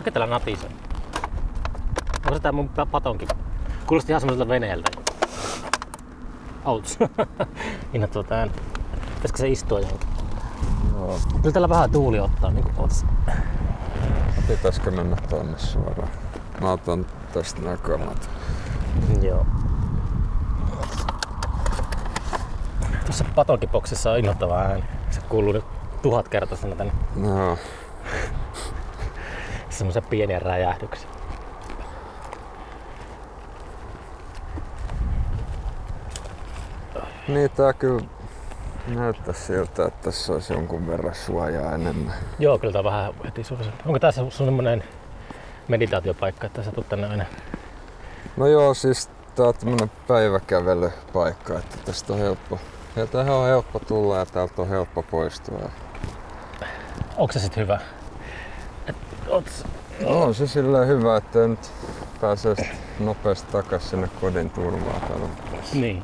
Mikä täällä natisee? Onko se tää mun patonki? Kuulosti ihan semmoiselta veneeltä. Outs. Innoittavat ääni. Pitäisikö se istua johonkin? Joo. Kyllä täällä vähän tuuli ottaa, niin kuin otas. Pitäisikö mennä tonne suoraan? Mä otan tästä näkömat. Joo. Tuossa patonkiboksissa on innoittava ääni. Se kuuluu nyt 1000 kertaisena tänne. Joo. Semmoisia pieniä räjähdyksiä. Niin tää kyllä näyttää siltä, että tässä olisi jonkun verran suojaa enemmän. Joo, kyllä tää on vähän heti suojeltu. Onko tää sun semmonen meditaatiopaikka, että sä tulet tänne aina? No joo, siis tää on tämmönen päiväkävelypaikka, että tästä on helppo. Ja tähän on helppo tulla ja täältä on helppo poistua. Onko se sit hyvä? No, on se silleen hyvä, että nyt pääsee nopeasti takas sinne kodin turvaan. Niin.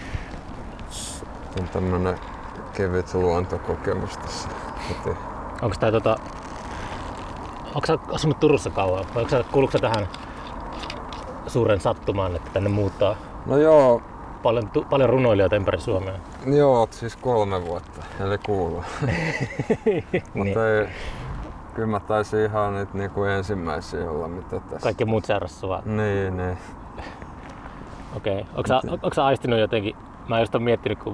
On tämmönen kevyt luontokokemus tässä heti. Onko tää onko sä asunut Turussa kauan? Vai kuuluuko sä tähän suuren sattumaan, että tänne muuttaa No joo, paljon runoilijoita ympäri Suomea? joo, siis 3 vuotta, eli kuuluu. Mutta ei, kyllä mä taisin ihan nyt niinku ensimmäisiä olla, mitä tässä. Kaikki muut seurassa sua? Niin. Okei. Onko sä aistinut jotenkin? Mä just oon miettinyt, kun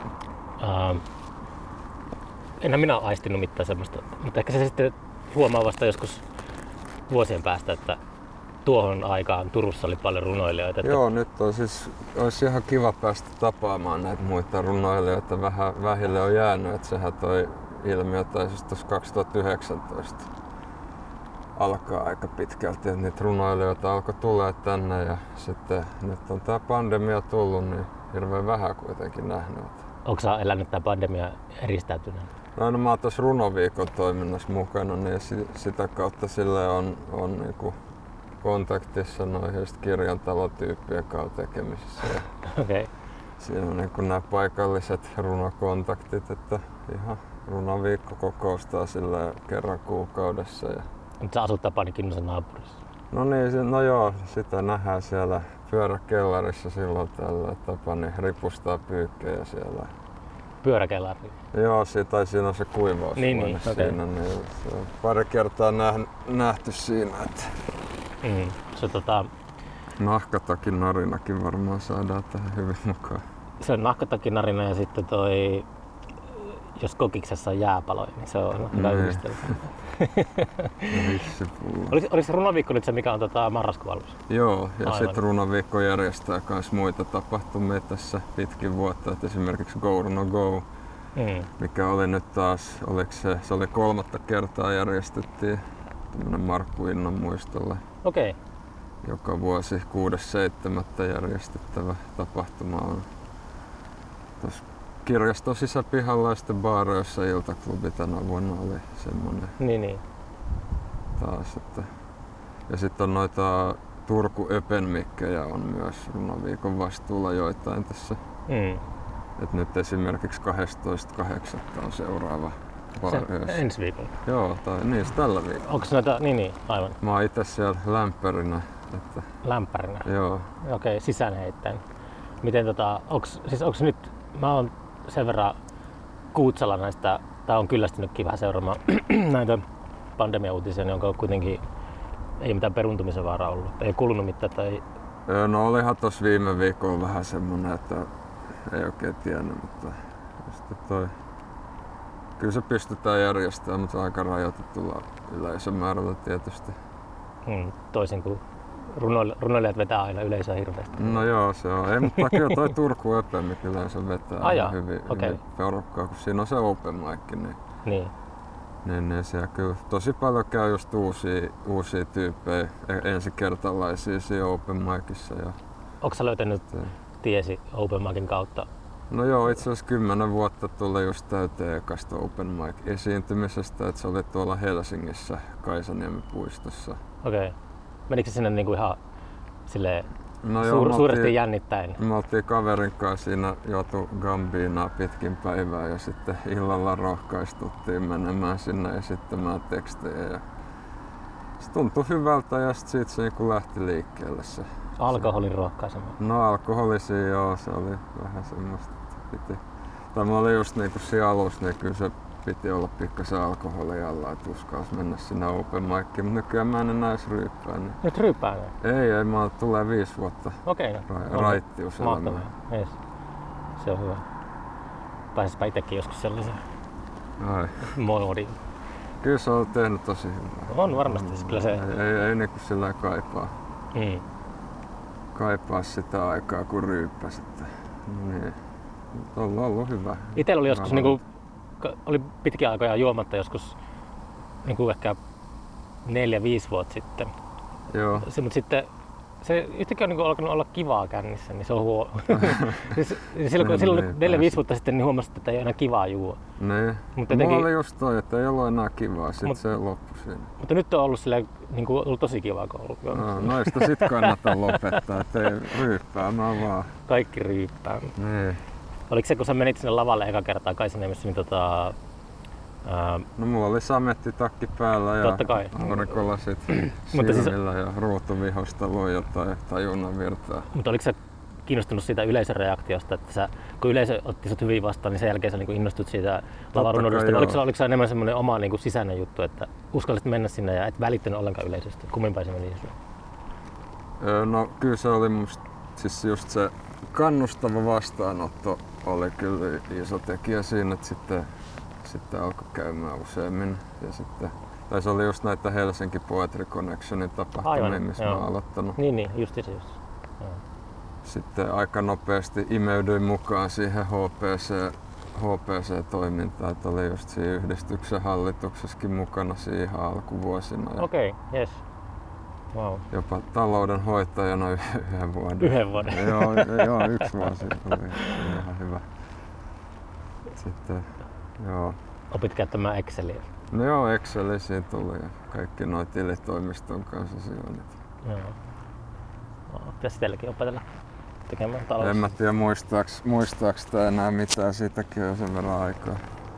enhän minä ole aistinut mitään semmoista, mutta ehkä se sitten huomaa vasta joskus vuosien päästä, että tuohon aikaan Turussa oli paljon runoilijoita. Joo, nyt on siis, olisi ihan kiva päästä tapaamaan näitä muita runoilijoita. Vähän vähille on jäänyt, että sehän toi ilmiö tai siis tuossa 2019 alkaa aika pitkälti, että niitä runoilijoita alkoi tulla tänne ja sitten nyt on tää pandemia tullut, niin hirveän vähän kuitenkin nähnyt. Onko sä elänyt tää pandemia eristäytyneen? No mä oon tuossa runoviikon toiminnassa mukana, niin sitä kautta sille on niinku kontaktissa noihin kirjantalotyyppien kanssa tekemisissä. Okei. Siinä on niinku nämä paikalliset runokontaktit, että ihan runoviikko kokoustaa sille kerran kuukaudessa. Mutta sä asut Tapani Kinnusen naapurissa? No niin, no joo, sitä nähdään siellä pyöräkellarissa silloin tällä. Tapani ripustaa pyykkejä siellä. Pyöräkellari? Joo, siinä on se kuivaus. Niin, siinä, niin se on pari kertaa nähty siinä. Että Se nahkatakin narinakin varmaan saadaan tähän hyvin mukaan. Se on nahkatakin narina ja sitten jos kokiksessa on jääpaloja, niin se on hyvä yhdistelmä. Oliko se runoviikko nyt se, mikä on marraskuun alussa? Joo, ja sitten runoviikko järjestää myös muita tapahtumia tässä pitkin vuotta. Et esimerkiksi Go Runo Go, mikä oli nyt taas, se oli 3. kertaa järjestettiin tämmönen Markku Innon muistolle. Okei. Joka vuosi 6.7. järjestettävä tapahtuma on tuossa kirjaston sisäpihalla ja sitten Baaroissa iltaklubi tänä vuonna oli semmonen. Niin. Taas, että. Ja sitten on noita Turku Open Mikkejä on myös runoviikon vastuulla joitain tässä. Et nyt esimerkiksi 12.8. on seuraava Baaroissa. Ensi viikolla? Joo, niin tällä viikolla. Onko noita, niin, aivan. Mä oon itse siellä lämpärinä. Että. Lämpärinä? Joo. Okei, sisään heittäen. Miten onks nyt, mä oon sen verran Kuutsalla näistä, tai on kyllästynytkin vähän seuraamaan näitä pandemia-uutisia, niin onko kuitenkin ei mitään peruuntumisen vaaraa ollut? Ei kulunut mitään tai? No olihan tossa viime viikolla vähän semmonen, että ei oikein tiennyt, mutta sitten kyllä se pystytään järjestämään, mutta aika rajoitetulla yleisömäärällä tietysti. Toisin kuin runoilijat vetää aina yleisöä hirveästi. No joo, se on. Ei, mutta kyllä toi Turku Open Mic yleensä vetää hyvin porukkaa, kun siinä on se open mic. Niin siellä kyllä tosi paljon käy just uusia tyyppejä, ensikertalaisia siinä open micissa. Onko sä löytänyt tiesi open micin kautta? No joo, itse asiassa 10 vuotta tuli just täyteen ekasta open mic esiintymisestä, että se oli tuolla Helsingissä Kaisaniemen puistossa. Okei. Menikö se sinne niinku ihan silleen suuresti jännittäen? Me oltiin kaverin kanssa siinä juotu Gambinaa pitkin päivää ja sitten illalla rohkaistuttiin menemään sinne esittämään tekstejä. Ja Se tuntui hyvältä ja sit siitä se niinku lähti liikkeelle se. Alkoholin rohkaisema. No alkoholisia joo, se oli vähän semmoista, että tai mä olin just niinku siinä alussa, niin kyllä se piti olla pikkasen alkoholia alla, että uskalsi mennä sinne open micin, mutta nykyään mä en enää edes ryyppää. Niin... Nyt ryyppää ne? Ei, mä tulee 5 vuotta raittiuselämää. Yes. Se on hyvä. Pääsispä itekin joskus sellaisen moodin. Kyllä se on tehnyt tosi hyvää. On varmasti, kyllä se... Ei niinku sillä kaipaa sitä aikaa kun ryyppäs, että niin. On ollut hyvä. Itellä oli joskus niinku, oli pitkiä aikoja juomatta joskus niinku ehkä 4-5 vuotta sitten. Joo. Mutta sitten se yhtäkkiä on niinku alkanut olla kivaa kännissä, niin se on huono. silloin 4-5 vuotta sitten niin huomasin, että ei ole enää kivaa juua. Niin. Mulla oli just toi, että ei ollut enää kivaa, sit se loppui siinä. Mutta nyt on ollut silleen, niinku, ollut tosi kivaa, kun on ollut. No sitä sit kannattaa lopettaa, ettei ryyppäämään vaan. Kaikki ryyppää. Niin. Oliko se, kun sä menit sinne lavalle eka kertaa kai sinne, missä niin no mulla oli samettitakki päällä ja aurinkolasit silmillä ja ruutuvihostelu jotain tajunnan virtaa. Mutta oliko sä kiinnostunut siitä yleisön reaktiosta, että sä, kun yleisö otti sut hyvin vastaan, niin sen jälkeen sä niin innostut siitä lavarunoudesta? Oliko se enemmän semmoinen oma niin sisäinen juttu, että uskallisit mennä sinne ja et välittänyt ollenkaan yleisöstä? Kummin päin se meni sinne? No kyllä se oli musta siis just se kannustava vastaanotto oli kyllä iso tekijä siinä, että sitten alkoi käymään useammin ja sitten tai se oli just näitä Helsinki Poetry Connectionin tapahtumia, missä mä oon aloittanut. Niin, just se. Sitten aika nopeasti imeydyin mukaan siihen HPC-toimintaan, että oli just siinä yhdistyksen hallituksessakin mukana siihen alkuvuosina. Okei, yes. Wow. Jopa taloudenhoitajana yhden vuoden. Yhden vuoden? Joo, 1 vuosi oli ihan hyvä. Sitten, joo. Opit käyttämään Exceliä? No joo, Exceli siinä tuli ja kaikki nuo tilitoimiston kanssa sijoinnit. Joo. Pitäisi teilläkin opetella tekemään talous. En mä tiedä muistaaks tää enää mitään, siitäkin on sen verran aikaa.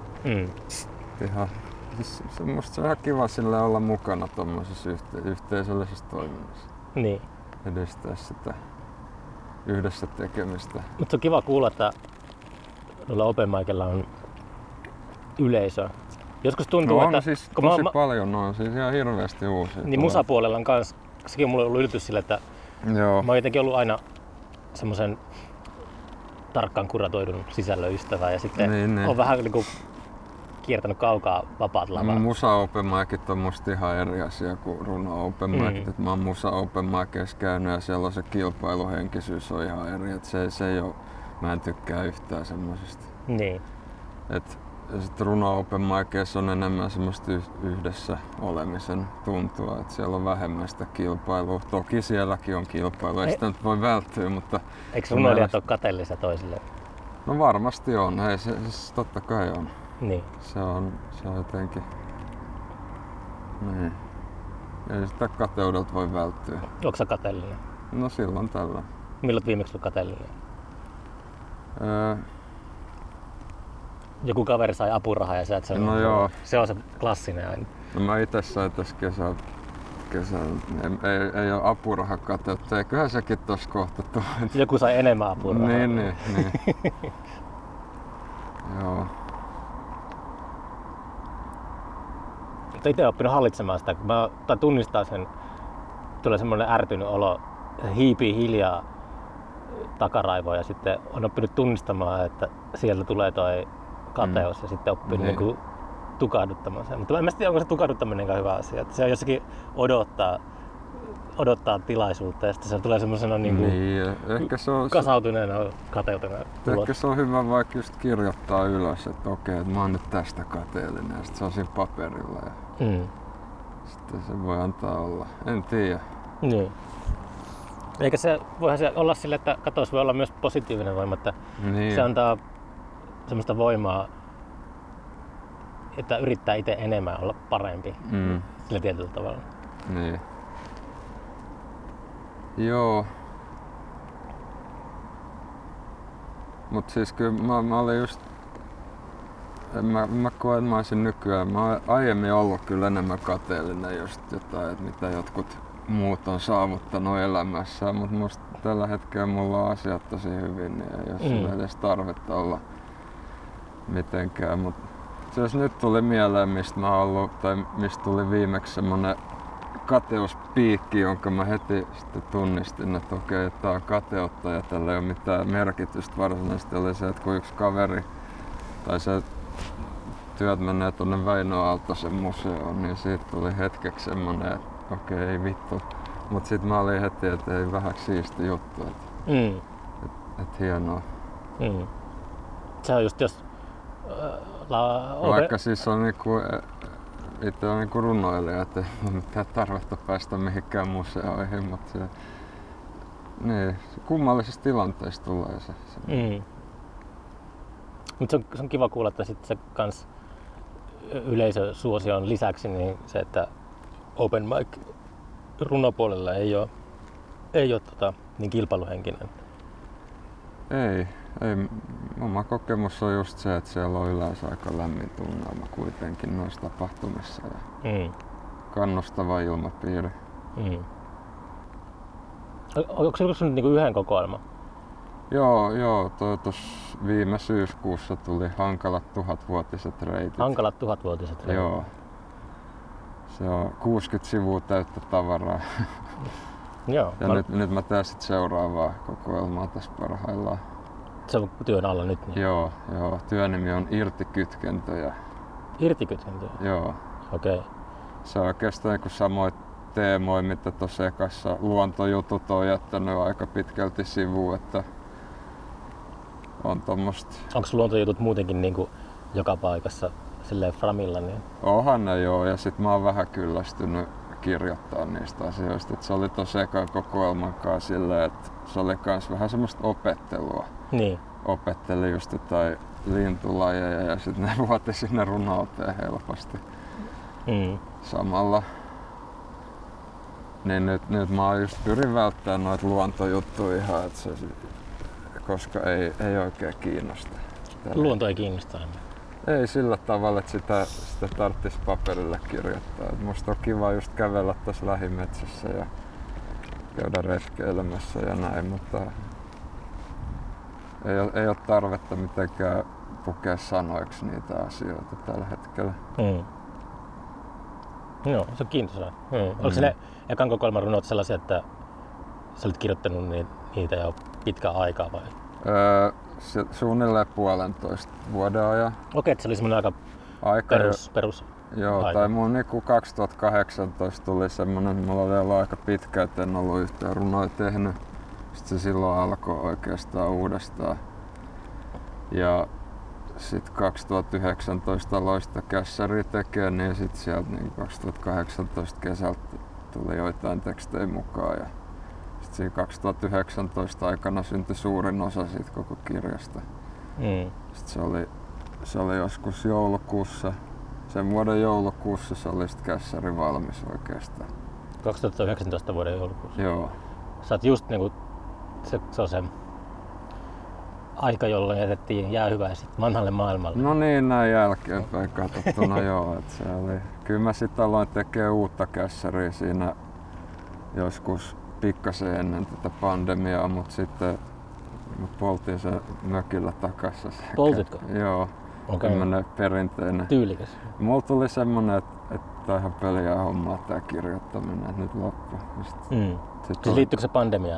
Ihan, semmoista se on ihan kiva sille olla mukana tommosessa yhteisöllisessä toiminnassa. Niin. Edistää sitä yhdessä tekemistä. Mutta se on kiva kuulla, että tuolla open micilla on yleisö. Joskus tuntuu, no, että... Siis tosi paljon on siis ihan hirveästi uusia. Niin musapuolella on kans, sekin on mulle ollut yllätys sille, että joo. Mä oon jotenkin ollut aina semmosen tarkkaan kuratoidun sisällön ystävä ja sitten on vähän niinku kiertänyt kaukaa vapaat lavat. Musa open micit on musta ihan eri asia kuin runo open micit. Mä oon musa open micissa käynyt ja siellä on se kilpailuhenkisyys on ihan eri. Et se ei oo, mä en tykkää yhtään semmosesta. Niin. Ja sitten runo open micissa on enemmän semmoista yhdessä olemisen tuntua, että siellä on vähemmän sitä kilpailua. Toki sielläkin on kilpailua, ei sitä nyt voi välttyä, mutta... Eikö runoilijat ole kateellisia toisille? No varmasti on, ei se totta kai on. Niin. Se on jotenkin... Niin. Ei sitä kateudelta voi välttyä. Onko sä kateellinen? No silloin tällä. Milloin viimeksi olet kateellinen? Joku kaveri sai apurahaa ja sä et sanonut. No joo. Se on se klassinen aina. No mä ite sain tässä kesällä. Ei ole apurahakateutta. Eiköhän sekin tossa kohta tule. Joku sai enemmän apurahaa. Niin. Joo. Mutta ite oppinut hallitsemaan sitä, kun tai tunnistaa sen, tulee semmoinen ärtynyt olo, hiipii hiljaa takaraivoon ja sitten on oppinut tunnistamaan, että sieltä tulee toi kateus ja sitten oppinut niinku tukahduttamaan sen. Mutta en tiedä, onko se tukahduttaminen hyvä asia. Että se on jossakin odottaa tilaisuutta ja sitten se tulee semmoisena kasautuneena kateutena. Ehkä se on hyvä vaikka just kirjoittaa ylös, että okei, että mä oon nyt tästä kateellinen ja sitten se on siinä paperilla ja sitten se voi antaa olla. En tiedä. Niin. Eikä se, voihan se olla sille, että katous voi olla myös positiivinen voima, että se antaa semmoista voimaa, että yrittää itse enemmän olla parempi sillä tietyllä tavalla. Niin. Joo. Mut siis kyllä mä olin just Mä koen, että mä olisin nykyään. Mä oon aiemmin ollut kyllä enemmän kateellinen just jotain, että mitä jotkut muut on saavuttanut elämässään, mutta musta tällä hetkellä mulla on asiat tosi hyvin, niin ei ole sillä edes tarvetta olla mitenkään. Mut jos nyt tuli mieleen, mistä mä oon ollut, tai mistä tuli viimeksi semmonen kateuspiikki, jonka mä heti sitten tunnistin, että okei, tää on kateutta ja tällä ei ole mitään merkitystä varsinaisesti, oli se, että kun yksi kaveri tai se työt menee tuonne Väinö Aaltosen museoon, niin siitä tuli hetkeksi semmonen, että okei, ei vittu. Mut sit mä olin heti, että ei vähän siisti juttu, et hienoa. Se on just jos vaikka siis on niinku, itse on niinku runoilija, et ei ole mitään tarvetta päästä mihinkään museoihin, mut se, niin, kummallisissa tilanteissa tulee se. Mut se on kiva kuulla, että sit se kans yleisösuosion lisäksi niin se, että open mic runopuolella ei oo niin kilpailuhenkinen. Ei. Oma kokemus on just se, että siellä on yleensä aika lämmin tunnelma kuitenkin noissa tapahtumissa ja kannustava ilmapiiri. Onko se nyt niinku yhden kokoelma? Joo, tuossa viime syyskuussa tuli Hankalat 1000-vuotiset reitit. Hankalat 1000-vuotiset reitit. Joo. Se on 60 sivua täyttä tavaraa. Joo. Ja nyt mä teen sit seuraavaa kokoelmaa tässä parhaillaan. Se on työn alla nyt. Niin. Joo. Työnimi on Irtikytkentöjä. Irtikytkentöjä? Joo. Okei. Se on oikeastaan niin samoja teemoja, mitä tuossa ekassa luontojutut on jättänyt aika pitkälti sivuun, että on tommoista. Onko luontojutut muutenkin niinku joka paikassa silleen framilla? Niin? Onhan ne joo, ja sit mä oon vähän kyllästynyt kirjoittaa niistä asioista. Et se oli tossa ekan kokoelman kanssa silleen, että se oli kans vähän semmoista opettelua. Niin. Opetteli just jotain lintulajeja ja sit ne vuoti sinne runouteen helposti samalla. Niin nyt mä just pyrin välttämään noita luontojuttuja ihan, et se, koska ei oikein kiinnosta. Luonto ei kiinnosta enää. Ei sillä tavalla, että sitä tarvitsisi paperille kirjoittaa. Et musta on kiva just kävellä tässä lähimetsässä ja käydä retkeilemässä ja näin, mutta ei ole tarvetta mitenkään pukea sanoiksi niitä asioita tällä hetkellä. Joo, se on kiintoisaa. Oliko ne ekan kokoelman runot sellaisia, että sä olit kirjoittanut niitä jo pitkään aikaa vai? Suunnilleen 1,5 vuoden ajan. Okei, että se oli semmoinen aika perus Joo, aika. Tai mun niinku 2018 tuli semmonen, mulla oli ollut aika pitkä, et en ollut yhtään runoja tehnyt. Sitten se silloin alkoi oikeastaan uudestaan. Ja sit 2019 aloin sitä kässäriä tekemään, niin sit sieltä niin 2018 kesältä tuli joitain tekstejä mukaan. Ja sit siinä 2019 aikana syntyi suurin osa siitä koko kirjasta. Sitten se oli joskus joulukuussa, sen vuoden joulukuussa se oli sit kässäri valmis oikeastaan. 2019 vuoden joulukuussa? Joo. Sä oot just niinku, se on se aika, jolloin jätettiin jäähyväiset vanhalle maailmalle. No niin, näin jälkeenpäin katsottuna joo. Et se oli. Kyllä mä sit aloin tekee uutta kässäriä siinä joskus pikkasen ennen tätä pandemiaa, mutta sitten poltin sen mökillä takaisin. Poltitko? Joo. Tämmönen perinteinen. Tyylikäs. Mulla tuli semmonen, että tää on ihan peliä hommaa tää kirjoittaminen, että nyt loppuu. Siis liittyykö se pandemiaan?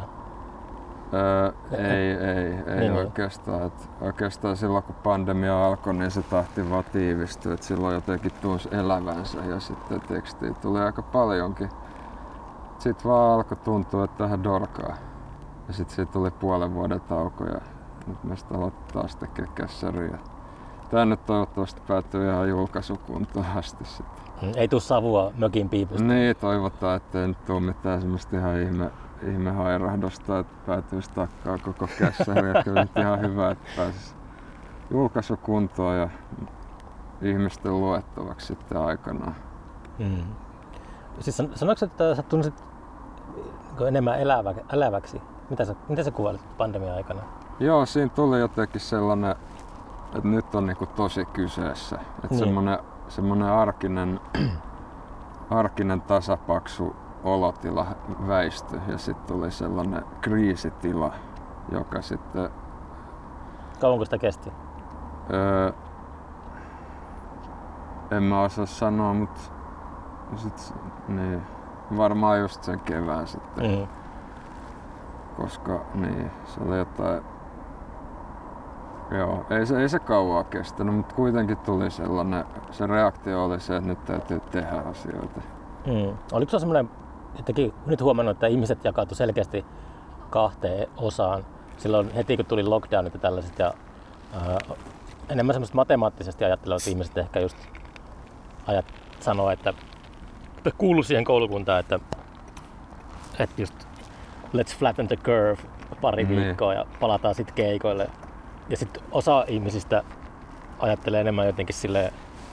Ei oikeastaan. Oikeastaan silloin kun pandemia alkoi, niin se tahti vaan tiivistyi. Et silloin jotenkin tunsi elävänsä ja sitten tekstiä tuli aika paljonkin. Sitten vaan alkoi tuntua, että tähän dorkaa. Ja sitten siitä tuli 0,5 vuoden tauko ja nyt mä sitten aloitin taas tekemään kässäriä. Tää nyt toivottavasti päättyy ihan julkaisukuntoon asti sitten. Ei tuu savua mökin piipusta. Niin, toivotaan, ettei nyt tuu mitään semmoista ihan ihme hairahdosta, että päätyisi takkaa koko kässäri. Kyllä nyt ihan hyvä, että pääsisi julkaisukuntoon ja ihmisten luettavaksi sitten aikanaan. Siis sanoitko, että sä tunsit enemmän eläväksi? Mitä sä kuvailit pandemian aikana? Joo, siinä tuli jotenkin sellainen että nyt on niinku tosi kyseessä. Että Niin. semmonen arkinen tasapaksu olotila väistyi ja sitten tuli sellainen kriisitila, joka sitten Kauanko sitä kesti? En mä osaa sanoa, mutta niin, varmaan just sen kevään sitten. Koska niin, se oli jotain. Joo, ei se kauaa kestänyt, mutta kuitenkin tuli sellainen, se reaktio oli se, että nyt täytyy tehdä asioita. Oliko se semmoinen, jotenkin nyt huomannut, että ihmiset jakautui selkeästi kahteen osaan. Silloin heti kun tuli lockdownit ja tällaiset ja enemmän semmoista matemaattisesti ajattelevat ihmiset ehkä just sanoo, että kuuluu siihen koulukuntaan, että just let's flatten the curve pari viikkoa ja palataan sitten keikoille. Ja sitten osa ihmisistä ajattelee enemmän jotenkin silleen,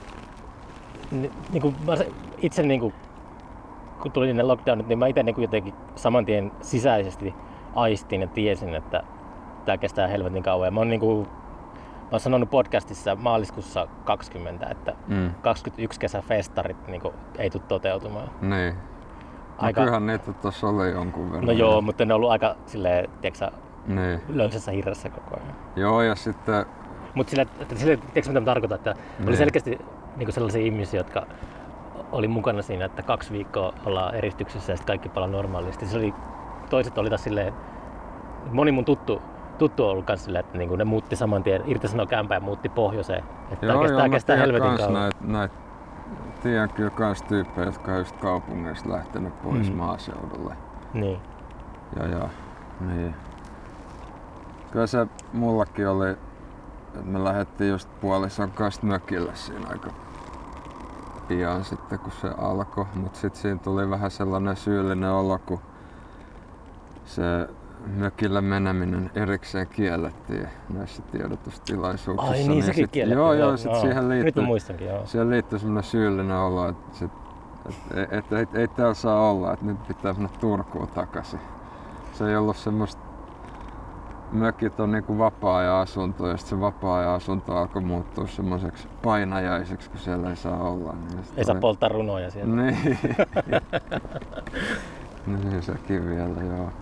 niin mä itse kun tuli ne lockdownit, niin mä itse jotenkin saman tien sisäisesti aistin ja tiesin, että tää kestää helvetin kauan. Ja mä oon sanonut podcastissa maaliskuussa 20, että 21 kesäfestarit ei tule toteutumaan. Niin. Kyllähän niitä tossa oli jonkun verran. No joo, mutta ne on ollut aika silleen, tiiäksä, löysässä hirressä koko ajan. Joo, ja sitten Mutta tiedätkö mitä mä tarkoitan, että oli selkeästi sellaisia ihmisiä, jotka oli mukana siinä, että 2 viikkoa ollaan eristyksessä ja sitten kaikki palaa normaalisti. Toiset oli taas silleen, moni mun tuttu on ollut kanssa silleen, että ne muutti saman tien, irtisanoi kämpää ja muutti pohjoiseen. Että tää kestää helvetin kauan. Tiedän kyllä kans tyyppejä, jotka on just kaupungeista lähtenyt pois maaseudulle. Niin. Ja niin. Kyllä se mullakin oli, että me lähdettiin just puolison kanssa mökille siinä aika pian sitten kun se alkoi. Mut sit siinä tuli vähän sellainen syyllinen olo, kun se mökille meneminen erikseen kiellettiin näissä tiedotustilaisuuksissa. Ai niin, sekin kiellettiin. Joo, sit siihen liittyy. Nyt mä muistankin, joo. Siihen liittyy sellainen syyllinen olo, että ei täällä saa olla, että nyt pitää mennä Turkuun takaisin. Se ei ollut semmoista, mökit on niinku vapaa-ajan asunto ja sitten se vapaa-ajan asunto alkoi muuttua semmoiseksi painajaiseksi, kun siellä ei saa olla. Niin ei saa polttaa runoja siellä. Niin. Niin sekin vielä, joo.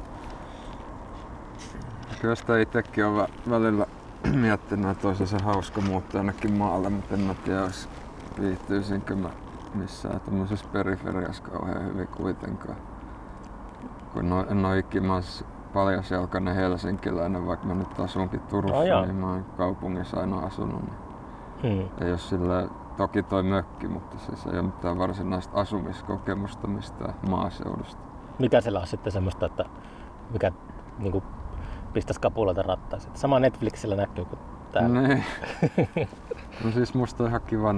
Kyllä sitä itsekin on välillä miettinyt, että olisi se hauska muuttaa ainakin maalle, mutta en mä tiedä, jos viihtyisinkö mä missään tämmöisessä periferiassa kauhean hyvin kuitenkaan. Kun en ole ikinä paljasjalkainen helsinkiläinen, vaikka mä nyt asunkin Turussa, niin mä oon kaupungissa aina asunut. Ei ole silleen, toki toi mökki, mutta siis ei ole mitään varsinaista asumiskokemusta mistään maaseudusta. Mikä siellä on sitten semmoista, että mikä pistäisi kapulata rattaisiin? Sama Netflixillä näkyy kuin täällä. Niin. No siis musta on ihan kiva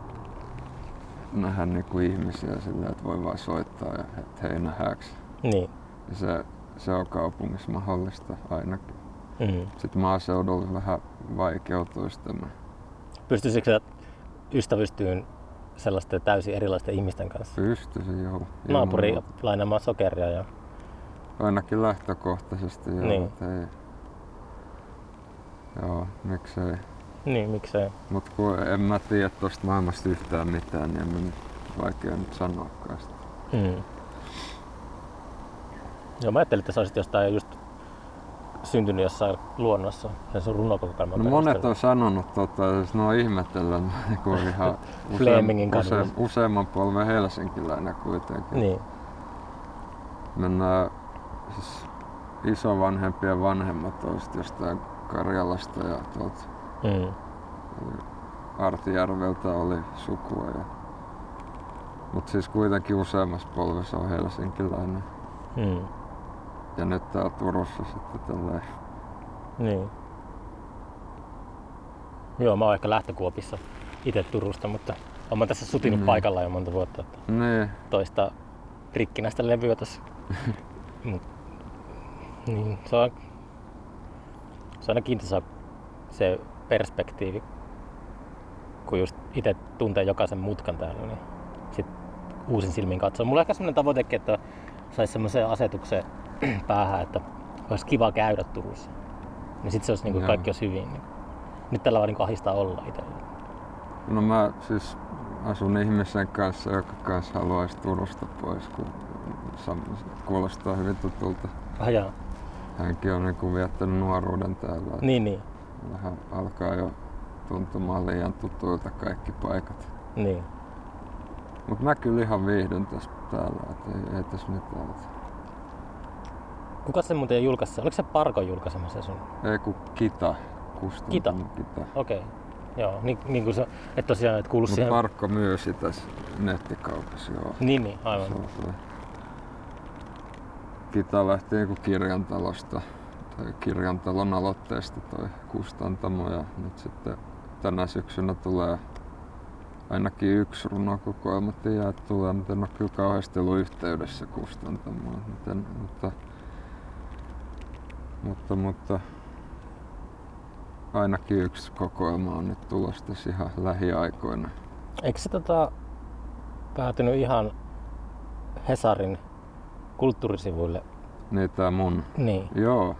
nähdä niinku ihmisiä sillä, että voi vaan soittaa ja että hei nähdäänkö. Niin. Ja se on kaupungissa mahdollista ainakin. Sitten maaseudulla vähän vaikeutuisi tämä. Pystyisikö ystävystyyn sellaisten täysin erilaisten ihmisten kanssa? Pystyisin, joo. Naapuri lainaamaan sokeria ja... Ainakin lähtökohtaisesti, joo. Niin. Ei. Joo, miksei. Niin, miksei. Mut kun en mä tiedä tosta maailmasta yhtään mitään, niin en vaikea nyt sanoakaan sitä. Joo, mä ajattelin, että sä olisit jostain just syntynyt jossain luonnossa, sen sun runokokoelman No monet on sanonut, siis ne on ihmetellyt, kun ihan useamman polven helsinkiläinen kuitenkin. Niin. Mennään, siis isovanhempien vanhemmat on jostain Karjalasta ja tuolta Artijärveltä oli sukua. Mut siis kuitenkin useammassa polvessa on helsinkiläinen. Ja nyt täällä Turussa sitten tälleen. Niin. Joo, mä oon ehkä lähtökuopissa itse Turusta, mutta oon mä tässä sutinut paikalla jo monta vuotta. Että toista rikkinäistä levyä tässä. Niin, se on aina kiintoisa se perspektiivi, kun just itse tuntee jokaisen mutkan täällä, niin sit uusin silmin katsoo. Mulla on ehkä semmonen tavoitekin, että sais semmoisen asetuksen päähän, että olisi kiva käydä Turussa. Niin sit se olisi, niin kaikki olisi hyvin. Niin. nyt tällä vaan niin ahistaa olla itse? No mä siis asun ihmisen kanssa, joka kanssa haluaisi Turusta pois, kun kuulostaa hyvin tutulta. Jaa. Hänkin on niin kuin viettänyt nuoruuden täällä. Niin. Vähän alkaa jo tuntumaan liian tutuilta kaikki paikat. Niin. Mut mä kyllä ihan viihdyn tässä täällä, et ei tässä mitään. Kuka se muuten julkaisi? Oliko se Parko julkaisema se sun? Ei kun Kita. Kita? Okei. Joo, niin kuin se, et tosiaan et kuulu siihen. Parkko myy sitä nettikaupassa, joo. Niin, aivan. Kita lähti niinku kirjantalosta, tai kirjantalon aloitteesta toi kustantamo, ja nyt sitten tänä syksynä tulee ainakin yksi runokokoelma. Tiedän, että tulee, mutta en ole kyllä kauheasti ollut yhteydessä kustantamoon. Mutta ainakin yksi kokoelma on nyt tulossa tässä ihan lähiaikoina. Eikö se päätynyt ihan Hesarin kulttuurisivuille? Niin tää mun? Niin. Joo,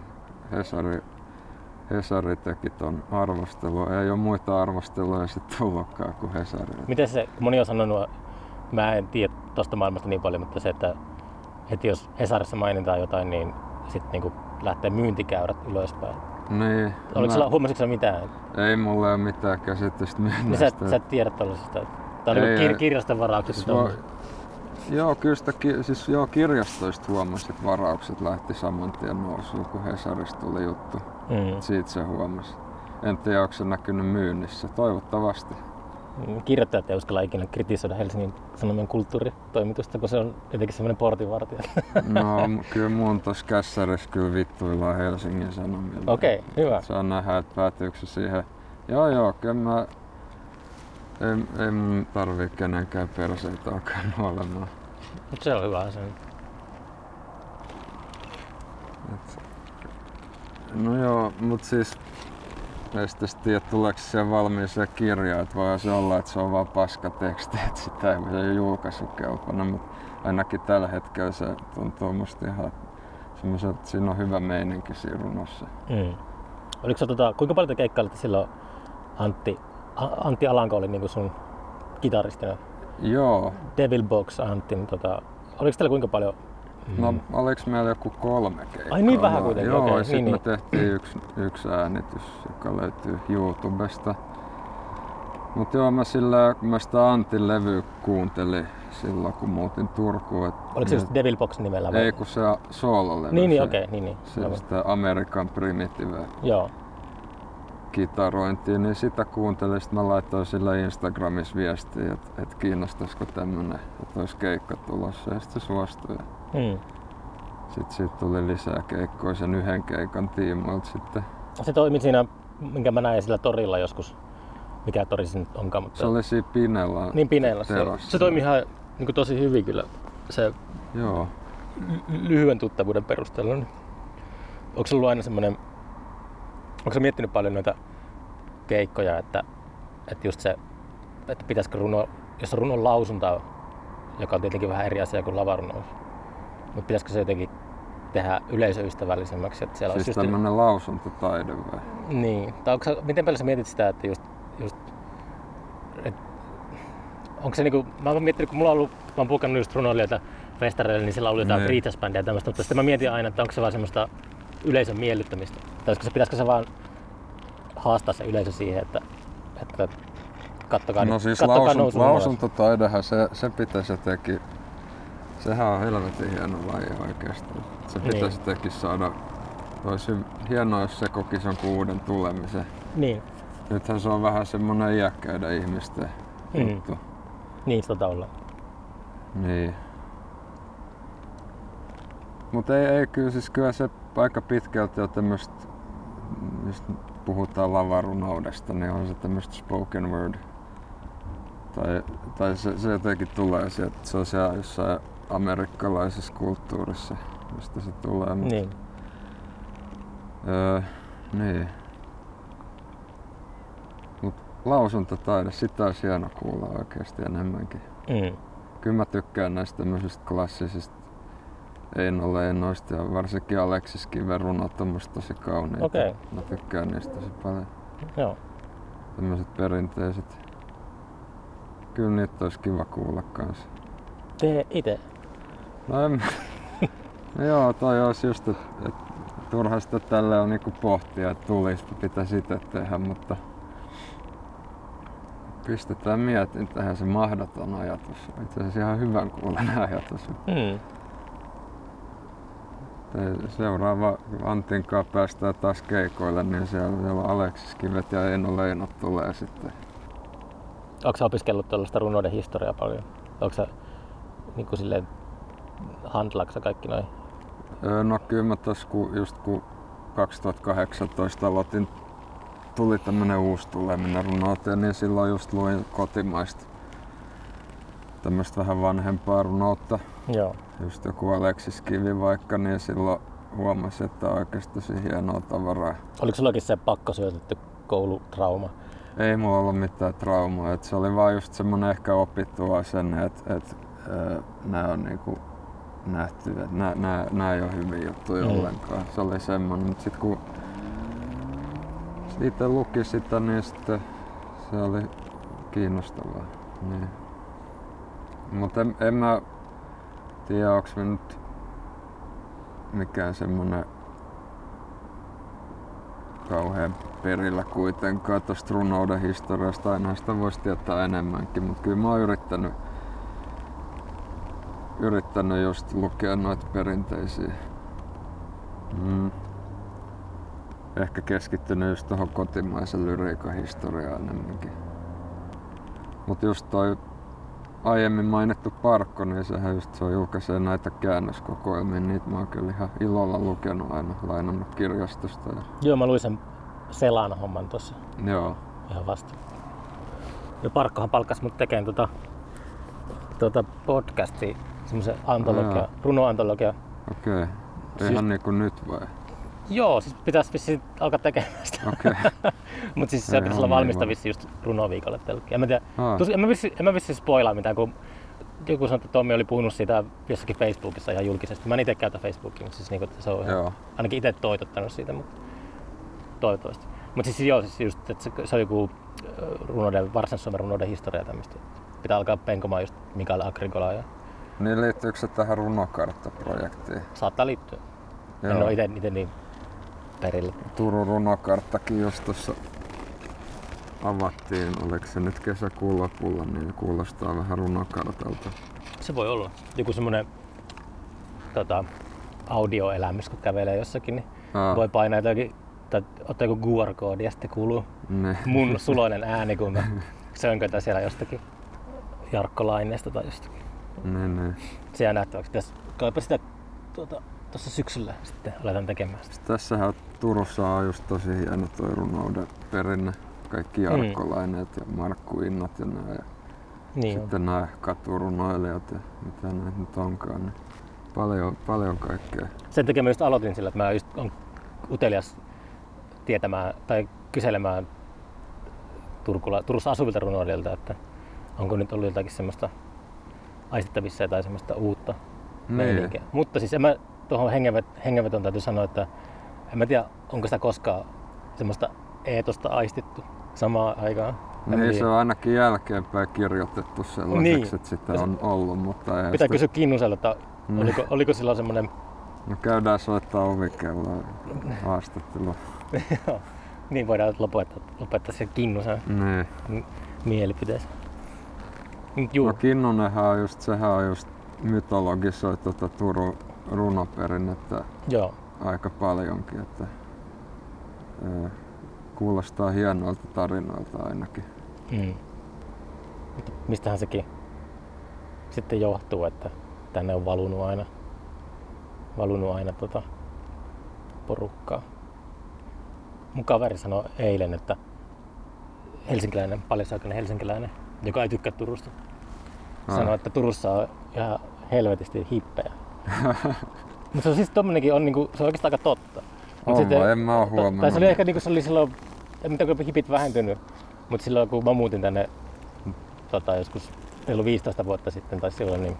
Hesari teki ton arvostelun. Ei oo muita arvosteluja sit tullutkaan kuin Hesari. Miten se, moni on sanonut, mä en tiedä tosta maailmasta niin paljon, mutta se, että jos Hesarissa mainitaan jotain, niin sit niinku lähtee myyntikäyrät ylöspäin. Niin. Huomasitko sä mitään? Ei mulla ole mitään käsitystä mennästä. Niin sä et tiedä tollasesta? Tää on niinku kirjaston varaukset. Joo, kyllä sitä, siis kirjastoista huomasin, että varaukset lähti saman tien nousuun, kun Hesarista tuli juttu. Siitä se huomasi. En tiedä, onko se näkynyt myynnissä. Toivottavasti. Kirjoittajat ei uskalla ikinä kritisoida Helsingin Sanomien kulttuuritoimitusta, kun se on jotenkin semmoinen portinvartija. No, kyllä mun tossa kässärissä kyllä vittuillaan Helsingin Sanomilla. Okei, hyvä. Saa nähdä, että päätyykö se siihen. Joo, kyllä mä... Ei mun tarvii kenenkään perseitä alkaa olemaan. Mut se on hyvä asia. No joo, mut siis ei sitten tiedä tuleeko siellä valmiiseen kirjaa, että voi se olla, että se on vaan paskateksti, että sitä ei ole julkaisukelpoinen, mutta ainakin tällä hetkellä se tuntuu musta ihan semmoiselta, että siinä on hyvä meininki siinä runossa. Oliko se kuinka paljon te keikkailitte silloin Antti Alanko oli niinku sun kitaristina? Joo. Devilbox Antti, niin oliko teillä kuinka paljon? No oliks meillä joku 3 keikkaa? Ai niin vähän kuitenkin, joo, okei. Ja sit me tehtiin yksi äänitys, joka löytyy YouTubesta. Mut joo, mä kun mä sitä Antin levyä kuuntelin silloin kun muutin Turkuun. Oliko se just Devilbox nimellä vai? Ei kun se soololevy. Niin, okei. Niin. Se sitä American Primitive. Joo. Kitarointiin, niin sitä kuuntelin. Sitten mä laitoin sillä Instagramissa viestiä, että kiinnostaisiko tämmönen, että olisi keikka tulossa. Ja sitten se suostui. Sitten siitä tuli lisää keikkoja sen yhden keikan tiimoilta sitten. Se toimi siinä, minkä mä näin sillä torilla joskus. Mikä tori se nyt onkaan? Mutta... Se oli siinä Pinella. Niin Pinella. Se toimi ihan niin kuin tosi hyvin kyllä. Se joo. Lyhyen tuttavuuden perusteella. Niin. Onko se ollut aina semmoinen... Onko sä miettinyt paljon noita keikkoja, että just se, että pitäisikö jos on runon lausunta, joka on tietenkin vähän eri asia kuin lavarunous, mutta pitäisikö se jotenkin tehdä yleisöystävällisemmäksi, että siellä siis olisi just tämmönen lausuntotaide vai? Niin, tai miten paljon sä mietit sitä, että just onko se niinku, mä oon miettinyt, kun mä oon puhukannut just runoilijoita festareille, niin siellä oli jotain free-jazz-bändejä ja tämmöistä, mutta sitten mä mietin aina, että onko se vaan semmoista yleisön miellyttämistä. Tai pitäisikö se vaan haastaa se yleisö siihen, että kattokaa no siis lausuntotaidehan se pitäisi jotenkin, sehän on helvetin hieno laji oikeastaan. Se pitäisi jotenkin saada, olisi hienoa jos se kokisi jonkun uuden tulemisen. Niin. Nythän se on vähän semmonen iäkkäiden ihmisten juttu. Niin sitä olla. Niin. Mut ei kyllä se aika pitkälti on tämmöstä, jos puhutaan lavarunoudesta, niin on se tämmöstä spoken word. Tai se jotenkin tulee sieltä, se on siellä jossain amerikkalaisessa kulttuurissa, mistä se tulee. Niin. Niin. Mut lausuntotaide, sitä olisi hieno kuulla oikeesti enemmänkin. Kyllä mä tykkään näistä tämmöisistä klassisista Eino Leinoista ja varsinkin Aleksis Kiven runot on musta tosi kauniita. Okay. Mä tykkään niistä tosi paljon. Joo. tämmöiset perinteiset. Kyllä niitä olisi kiva kuulla kanssa. Tee ite. No joo, toi olisi just, että turha sitä tälle on niinku pohtia, että pitäisi itse tehdä, mutta pistetään mietintään se mahdoton ajatus. Itse asiassa ihan hyvän kuulen ajatus. Seuraava Antin kanssa päästään taas keikoille, niin siellä on Aleksis Kivet ja Eino Leinot tulee sitten. Onko sä opiskellut tuollaista runouden historiaa paljon? Onko sä niinku silleen, handlaatko kaikki noin? No kyllä mä tossa just kun 2018 aloitin, tuli tämmönen uusi tuleminen runouteen, niin silloin just luin kotimaista tämmöistä vähän vanhempaa runoutta. Joo. Just joku Aleksis Kivi vaikka, niin silloin huomasin, että on oikeasti tosi hienoa tavaraa. Oliko sullakin se pakkosyötetty koulutrauma? Ei mulla ollut mitään traumaa, että se oli vaan just semmonen ehkä opittu asenne, että nää on niinku nähty, että nää ei oo hyviä juttuja ollenkaan. Se oli semmonen, mutta sit kun itse luki sitä, niin sitten se oli kiinnostavaa. Niin. Mutta en mä tiedä, onks me nyt mikään semmonen kauhean perillä kuitenkaan tosta runouden historiasta. Aina sitä vois tietää enemmänkin, mutta kyllä mä oon yrittänyt just lukea noita perinteisiä. Ehkä keskittynyt just tohon kotimaisen lyriikan historiaan enemmänkin. Mut just toi aiemmin mainittu Parkko, niin sehän just se julkaisee näitä käännöskokoelmia. Niitä mä oon kyllä ihan ilolla lukenut aina, lainannut kirjastosta. Joo, mä luin sen Selan homman tossa. Joo. Ihan vasta. Ja Parkkohan palkkasi mut tekemään podcastia, semmosen antologia, runoantologia. Okei. Ihan niinku nyt vai? Joo, siis pitäis vissiin alkaa tekemään sitä. Okei. Mut siis se pitäis olla valmista vissiin just runoviikolle telkkiin. En mä vissiin spoilaa mitään, kun joku sanoi, että Tommi oli puhunut siitä jossakin Facebookissa ihan julkisesti. Mä en ite käytä Facebookia, mutta siis niinku, että se on ihan, ainakin ite toitottanut siitä, mutta toivottavasti. Mut siis joo, siis just, että se on joku Varsinais-Suomen runouden historia tämmöstä. Pitää alkaa penkomaan just Mikael Agricholaa. Niin liittyykö se tähän runokartta-projektiin? Saattaa liittyä. En oo ite niin perillä. Turun runokarttakin just tossa avattiin, oliko se nyt kesäkuun lopulla, niin kuulostaa vähän runokartalta. Se voi olla. Joku semmonen audioelämys, kun kävelee jossakin, niin voi painaa jotakin, tai ottaa joku QR-koodi ja sitten kuuluu mun suloinen ääni, kun mä sönkötän siellä jostakin Jarkko Laineesta tai jostakin. Se jää nähtäväksi. Kaipa sitä tuossa syksyllä sitten aletaan tekemään sitä. Tässähän Turussa on just tosi hieno toi runouden perinne. Kaikki Jarkko-laineet ja Markku Innat ja nää. Niin sitten nää katurunoilijat ja mitä näitä nyt onkaan. Niin paljon kaikkea. Sen takia mä just aloitin sillä, että mä just on utelias tietämään tai kyselemään Turussa asuvilta runoilijoilta, että onko nyt ollut jotakin semmoista aistittavissa tai semmoista uutta meininkiä. Mutta siis tuohon hengenvetoon täytyy sanoa, että en mä tiedä, onko sitä koskaan semmoista eetosta aistittu samaan aikaan. Niin, se on ainakin jälkeenpäin kirjoitettu sellaiseksi, että sitä on ollut, mutta pitää kysyä Kinnuselta, että oliko silloin semmoinen... No käydään soittaa ovikelloa haastattelua. Niin voidaan lopettaa se Kinnusen mielipiteessä. No Kinnunenhan on just, sehän on just mytologisoi Turun runoperinnettä aika paljonkin, että kuulostaa hienoilta tarinoilta ainakin. Mistähän sekin sitten johtuu, että tänne on valunut aina porukkaa. Mun kaveri sanoi eilen, että paljasaikainen helsinkiläinen, joka ei tykkää Turusta, sanoi, että Turussa on ihan helvetisti hippejä. Mutta se on siis tommonenkin on niinku, se on oikeastaan aika totta. En mä oo huomannut. Tai se oli ehkä niinku se oli silloin, en tiedä kun hipit vähentynyt, mutta silloin kun mä muutin tänne joskus 15 vuotta sitten tai silloin, niin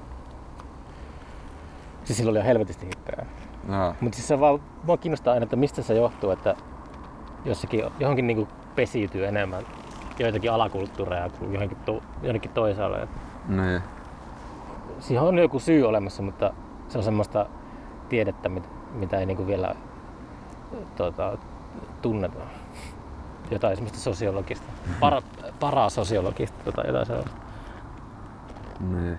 siis silloin oli ihan helvetisti hippejä. Mutta siis se vaan, mua kiinnostaa aina, että mistä se johtuu, että johonkin niinku pesiytyy enemmän joitakin alakulttuureja kuin johonkin toisaalle. Niin. Siihen on joku syy olemassa, mutta se on semmoista tiedettä, mitä ei niinku vielä tunneta. Jotain semmoista sosiologista, parasosiologista jotain sellaista. Niin.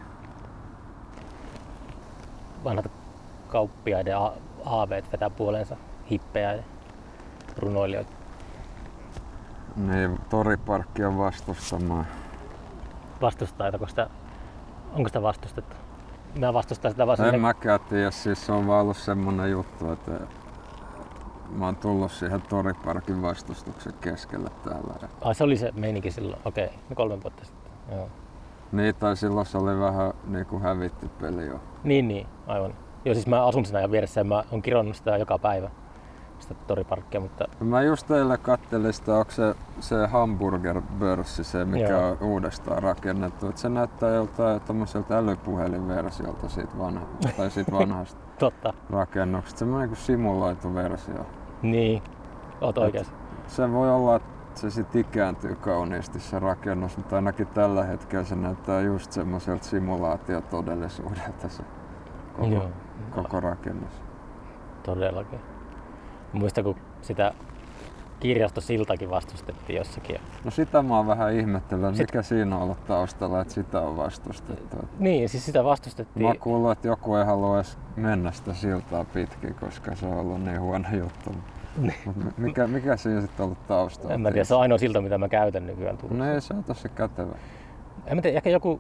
Vanhat kauppiaiden haaveet vetää puoleensa hippejä ja runoilijoita. Niin, toriparkkia vastustamaan. Onko sitä vastustettu? Mä vastustan sitä vaan En mäkään tiedä, siis se on vaan ollut semmonen juttu, että mä oon tullut siihen toriparkin vastustuksen keskelle täällä. Ai se oli se meininki silloin, okei, 3 vuotta sitten. Joo. Niin, tai silloin se oli vähän niinku hävitty peli jo. Niin, aivan. Joo, siis mä asun siinä ajan vieressä ja mä oon kironnut sitä joka päivä, sitä toriparkkia, mutta... Mä just teille kattelin sitä, onko se hamburgerbörssi se, mikä Joo. on uudestaan rakennettu. Et se näyttää joltain tommoselta älypuhelinversiolta siitä vanhasta Totta. rakennuksesta. Semmoinen kuin simuloitu versio. Niin, oot oikeas. Se voi olla, että se sit ikääntyy kauniisti se rakennus, mutta ainakin tällä hetkellä se näyttää just semmoiselta simulaatiotodellisuudelta se koko rakennus. Todellakin. Muistan, kun sitä kirjastosiltakin vastustettiin jossakin. No sitä mä oon vähän ihmetellyt, mikä siinä on ollut taustalla, että sitä on vastustettu. Niin, siis sitä vastustettiin. Mä kuullut, että joku ei halua edes mennä sitä siltaa pitkin, koska se on ollut niin huono juttu. Mikä siinä sitten on ollut taustalla? En mä tiedä, se on ainoa silta, mitä mä käytän nykyään. No ei, se on tosi kätevä. En mä tiedä, ehkä joku...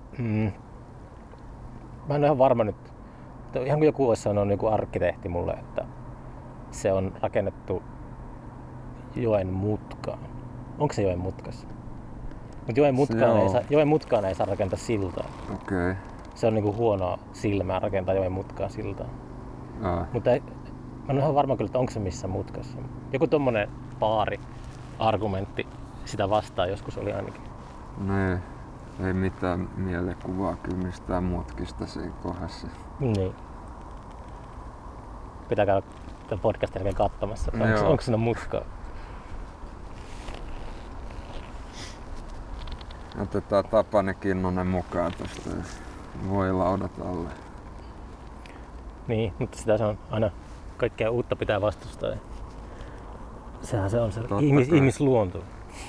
Mä en ole ihan varma nyt. Ihan kuin joku olisi sanonut, joku arkkitehti mulle, että se on rakennettu joen mutkaan. Onko se joen mutkassa? Mutta joen mutkaan ei saa rakentaa siltaa. Okei. Se on niinku huonoa silmää rakentaa joen mutkaan siltaa. Mutta mä en ole ihan varma kyllä, että onko se missään mutkassa. Joku tommonen argumentti sitä vastaan joskus oli ainakin. Nee, ei mitään mielikuvaa kyllä mistään mutkista siinä kohdassa. Niin. Pitää käydä tämän podcastin jälkeen katsomassa, että onko siinä mutkaa. Otetaan Tapani Kinnunen mukaan tosta ja voi laudat alle. Niin, mutta sitä se on aina kaikkea uutta pitää vastustaa. Sehän se on se ihmisluonto.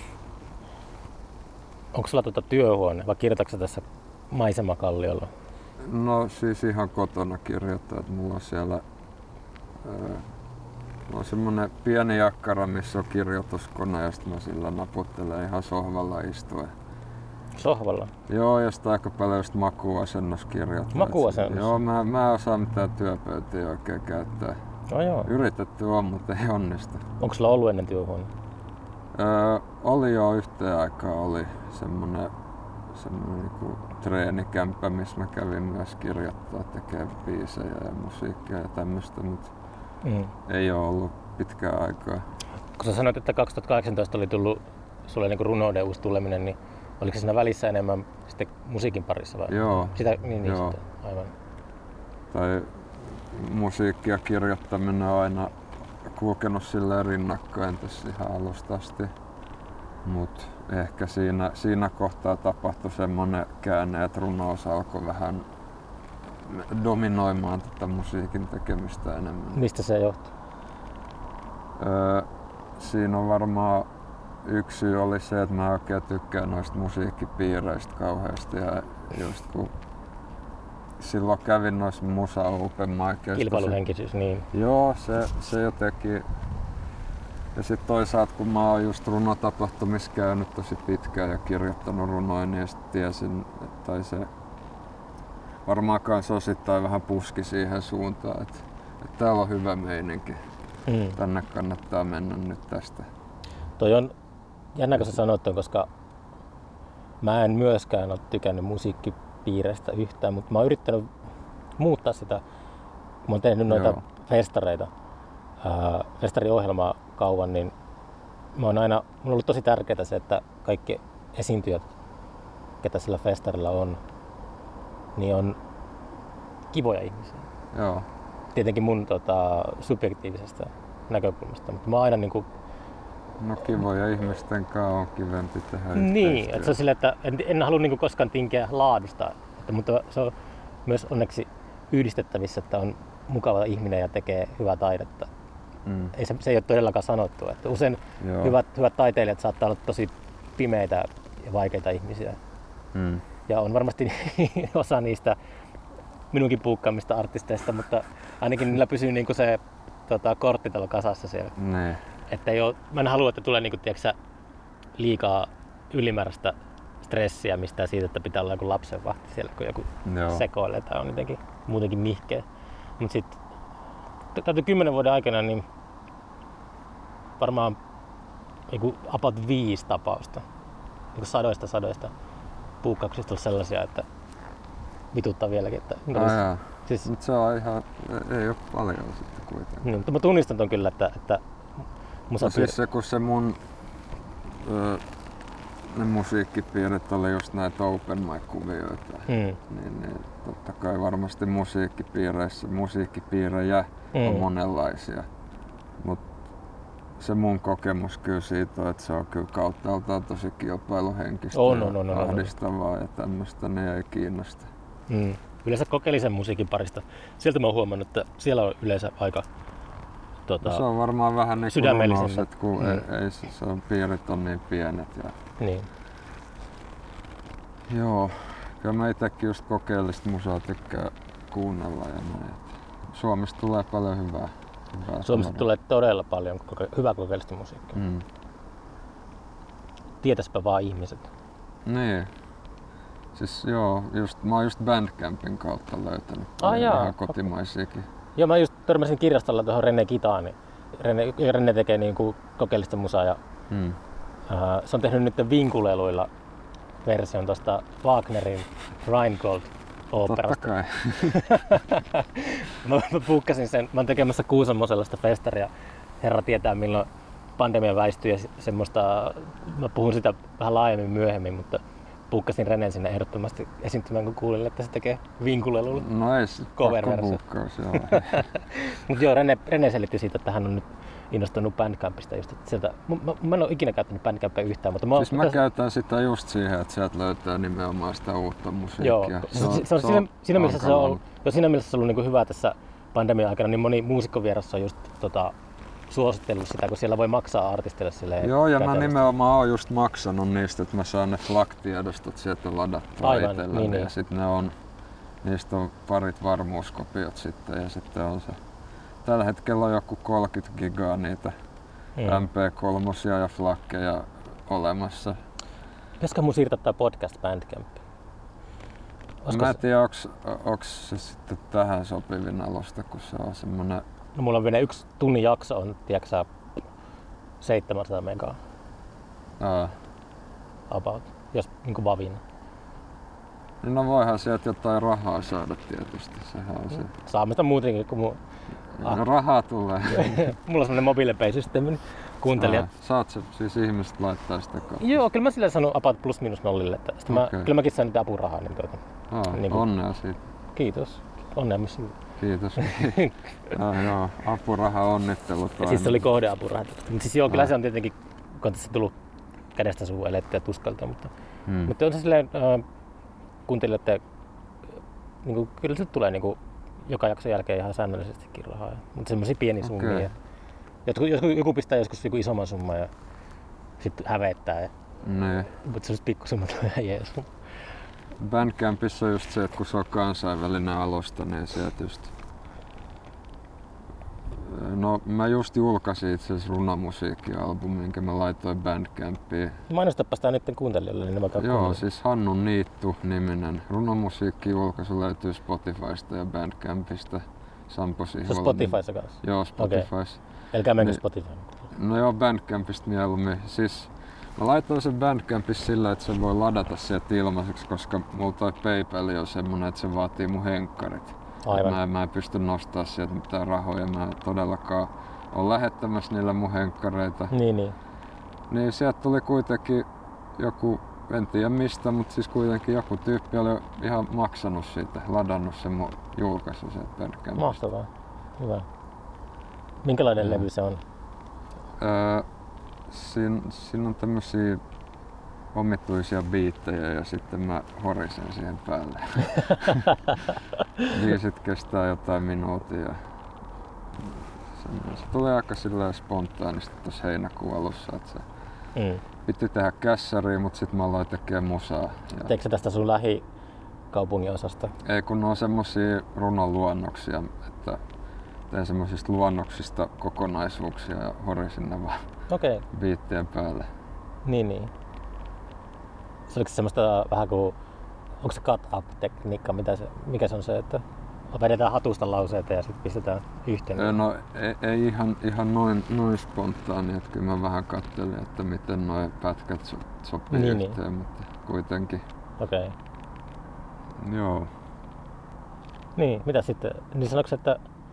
Onko sulla työhuone vai kirjoitatko sä tässä maisemakalliolla? No siis ihan kotona kirjoittaa, että mulla on siellä on semmonen pieni jakkara, missä on kirjoituskone ja sitten mä sillä naputtelen ihan sohvalla istuen. Sohvalla? Joo, ja sitten aika paljon just makuuasennossa kirjoittaa. Makuuasennossa? Joo, mä en osaa mitään työpöytiä oikein käyttää. No joo. Yritetty on, mutta ei onnistu. Onko sulla ollut ennen työhuone? Oli jo yhteen aikaan oli semmonen niinku treenikämppä, missä mä kävin myös kirjoittaa, tekemään biisejä ja musiikkia ja tämmöstä, mutta ei oo ollut pitkään aikaa. Kun sä sanoit, että 2018 oli tullut sulle niinku runouden uusi tuleminen, niin oliko se siinä välissä enemmän sitten musiikin parissa vai? Joo. Niin sitten, aivan. Tai musiikkia kirjoittaminen on aina kulkenut silleen rinnakkain tässä ihan alusta asti. Mut ehkä siinä kohtaa tapahtui semmonen käänne, että runous alkoi vähän dominoimaan tätä musiikin tekemistä enemmän. Mistä se johtuu? Siinä on varmaan yksi syy oli se, että mä oikein tykkään noista musiikkipiireistä kauheasti ja just kun silloin kävin noissa musa-open micissa. Kilpailuhenkisyys, niin. Joo, se jotenkin. Ja sit toisaalta kun mä oon just runotapahtumissa käynyt tosi pitkään ja kirjoittanut runoja, niin sit tiesin, että se varmaan kans osittain vähän puski siihen suuntaan, että täällä on hyvä meininki. Tänne kannattaa mennä nyt tästä. Toi on jännä, kun sä sanoit ton, koska mä en myöskään ole tykännyt musiikkipiireistä yhtään, mutta mä oon yrittänyt muuttaa sitä. Mä oon tehnyt noita festareita, festariohjelmaa kauan, niin mulla on ollut tosi tärkeää se, että kaikki esiintyjät, ketä sillä festarilla on, niin on kivoja ihmisiä. Joo. Tietenkin mun subjektiivisesta näkökulmasta, mutta mä oon aina niinku No kivoja ihmisten kanssa on kivempi tehdä Niin, että se on silleen, että en halua niinku koskaan tinkiä laadusta, mutta se on myös onneksi yhdistettävissä, että on mukava ihminen ja tekee hyvää taidetta. Se ei ole todellakaan sanottu, että usein hyvät taiteilijat saattaa olla tosi pimeitä ja vaikeita ihmisiä. Ja on varmasti osa niistä minunkin puukkaamista artisteista, mutta ainakin niillä pysyy niinku se korttitalo kasassa siellä. Että mä en halua, että tulee niinku, tiiäksä, liikaa ylimääräistä stressiä mistään siitä, että pitää olla joku lapsenvahti siellä, kun joku sekoilee tai on jotenkin muutenkin nihkeä. Mut sit täytyy 10 vuoden aikana niin varmaan about 5 tapausta. Niin sadoista puukkauksista on sellaisia, että vituttaa vieläkin. Että siis, mut se on ihan, ei oo paljon sitten kuitenkaan. Niin, mutta mä tunnistan ton kyllä, että no siis se, kun se mun ne musiikkipiirit oli just näitä open mic-kuvioita, niin totta kai varmasti musiikkipiirejä on monenlaisia. Mut se mun kokemus kyllä siitä on, että se on kyllä kauttaaltaan tosi kilpailuhenkistä ja ahdistavaa ja tämmöstä, ne ei kiinnosta. Yleensä kokeellisen musiikin parista. Sieltä mä oon huomannut, että siellä on yleensä aika se on varmaan vähän niin kuin runous, että kun se on, piirit on niin pienet. Ja... Niin. Joo, kyllä mä itekin just kokeellista musaa tykkää kuunnella ja näin. Suomesta tulee paljon hyvää. Suomesta tulee todella paljon hyvää kokeellista musiikkia. Tietäspä vaan ihmiset. Niin. Siis joo, mä oon just Bandcampin kautta löytänyt ihan kotimaisiakin. Joo, mä just törmäsin kirjastolla tuohon René Gitaan. René tekee niinku kokeellista musaa ja se on tehnyt nyt vinkuleluilla version tosta Wagnerin Rheingold-oopperasta. Totta kai. mä puukkasin sen, mä oon tekemässä Kuusamon sellaista festaria. Herra tietää milloin pandemia väistyy ja semmoista, mä puhun sitä vähän laajemmin myöhemmin, mutta puukkasin Renen sinne ehdottomasti esiintymään, kun kuulin, että se tekee vinkulelulla cover-versio. Mutta joo, Rene selitti siitä, että hän on nyt innostunut Bandcampista just, että sieltä, mä en ole ikinä käyttänyt Bandcampia yhtään, mutta mä käytän sitä just siihen, että sieltä löytää nimenomaan sitä uutta musiikkia. Joo, siinä mielessä se on ollut niin kuin hyvä tässä pandemian aikana, niin moni muusikkovieras on just suositellut sitä, kun siellä voi maksaa artistille silleen. Joo, ja mä nimenomaan oon just maksanut niistä, että mä saan ne FLAC-tiedostot sieltä ladattua itselleni. Niin. Ja sitten niistä on parit varmuuskopiot sitten ja sitten on se. Tällä hetkellä on joku 30 gigaa niitä MP3 ja FLACkeja olemassa. Pitäisikö mun siirtää tää podcast Bandcampiin? Mä en tiedä, onks se sitten tähän sopivin alusta, kun se on semmonen... No mulla on vielä 1 tunnin jakso on, tiiäksä, 700 megaa. About, jos niinku vavina. No voihan sieltä jotain rahaa saada tietysti, sehän on se. Saamme sitä muutenkin kuin mun... No rahaa tulee. Mulla on semmonen mobiilepay-systeemi, niin kuuntelijat... Saat se, siis ihmiset laittaa sitä kautta? Joo, kyllä mä silleen sanon about plus minus nollille, että kyllä mäkin sain niitä apurahaa. Niin onnea siitä. Kiitos. Onnea myös sinulle. Kiitos. Joo, apuraha onnittelut. Ja siis se oli kohdeapuraha. Mutta siis joo, kyllä se on tietenkin, kun on tässä tullut kädestä suun elettyä ja tuskalta, mutta on se silleen kuuntelijoiden, niin kyllä se tulee niin kuin, joka jakson jälkeen ihan säännöllisestikin rahaa. Mutta semmoisia pieniä summia. Joku pistää joskus joku isomman summan ja sitten hävettää. Mutta sellaiset pikkusummat on ihan jees. Bandcampissa on just se, että kun se on kansainvälinen alusta, niin sieltä just... No mä just julkaisin itse asiassa runomusiikkialbumin, minkä mä laitoin Bandcampiin. Mainostapa sitä niiden kuuntelijoille, niin mä käyn Joo, siis Hannun Niittu-niminen runomusiikki-julkaisu löytyy Spotifysta ja Bandcampista. Sampo Sihola. Se on Spotifyssa kanssa? Joo, Spotifyssa. Okay. Elkää menkö Spotify? No joo, Bandcampista mieluummin. Siis mä laitoin sen Bandcampissa sillä, että se voi ladata sieltä ilmaiseksi, koska mulla toi PayPal on semmonen, että se vaatii mun henkkarit. Mä en pysty nostaa sieltä mitään rahoja, mä en todellakaan ole lähettämässä niillä mun henkkareita. Niin sieltä tuli kuitenkin joku, en tiedä mistä, mutta siis kuitenkin joku tyyppi oli ihan maksanut siitä, ladannut sen mun julkaisu sieltä Bandcampista. Mahtavaa, hyvä. Minkälainen levy se on? siinä on tämmösiä omituisia biittejä ja sitten mä horisen siihen päälle. Biisit kestää jotain minuuttia. Se tulee aika silleen spontaanisti tossa heinäkuun alussa, että se piti tehdä kässäriä, mut sit mä aloin tekee musaa. Teekö sä tästä sun lähikaupungin osasta? Ei, kun on semmosia runonluonnoksia, että teen semmosista luonnoksista kokonaisuuksia ja horisin ne vaan biittien päälle. Niin. Se oliko semmoista vähän kuin, onko se cut-up-tekniikka, mikä se on se, että vedetään hatusta lauseita ja sitten pistetään yhteen? No ei ihan noin spontaani, että kyllä mä vähän katselin, että miten nuo pätkät sopii yhteen, mutta kuitenkin. Okei. Joo. Niin, mitä sitten? Niin sanoiko, että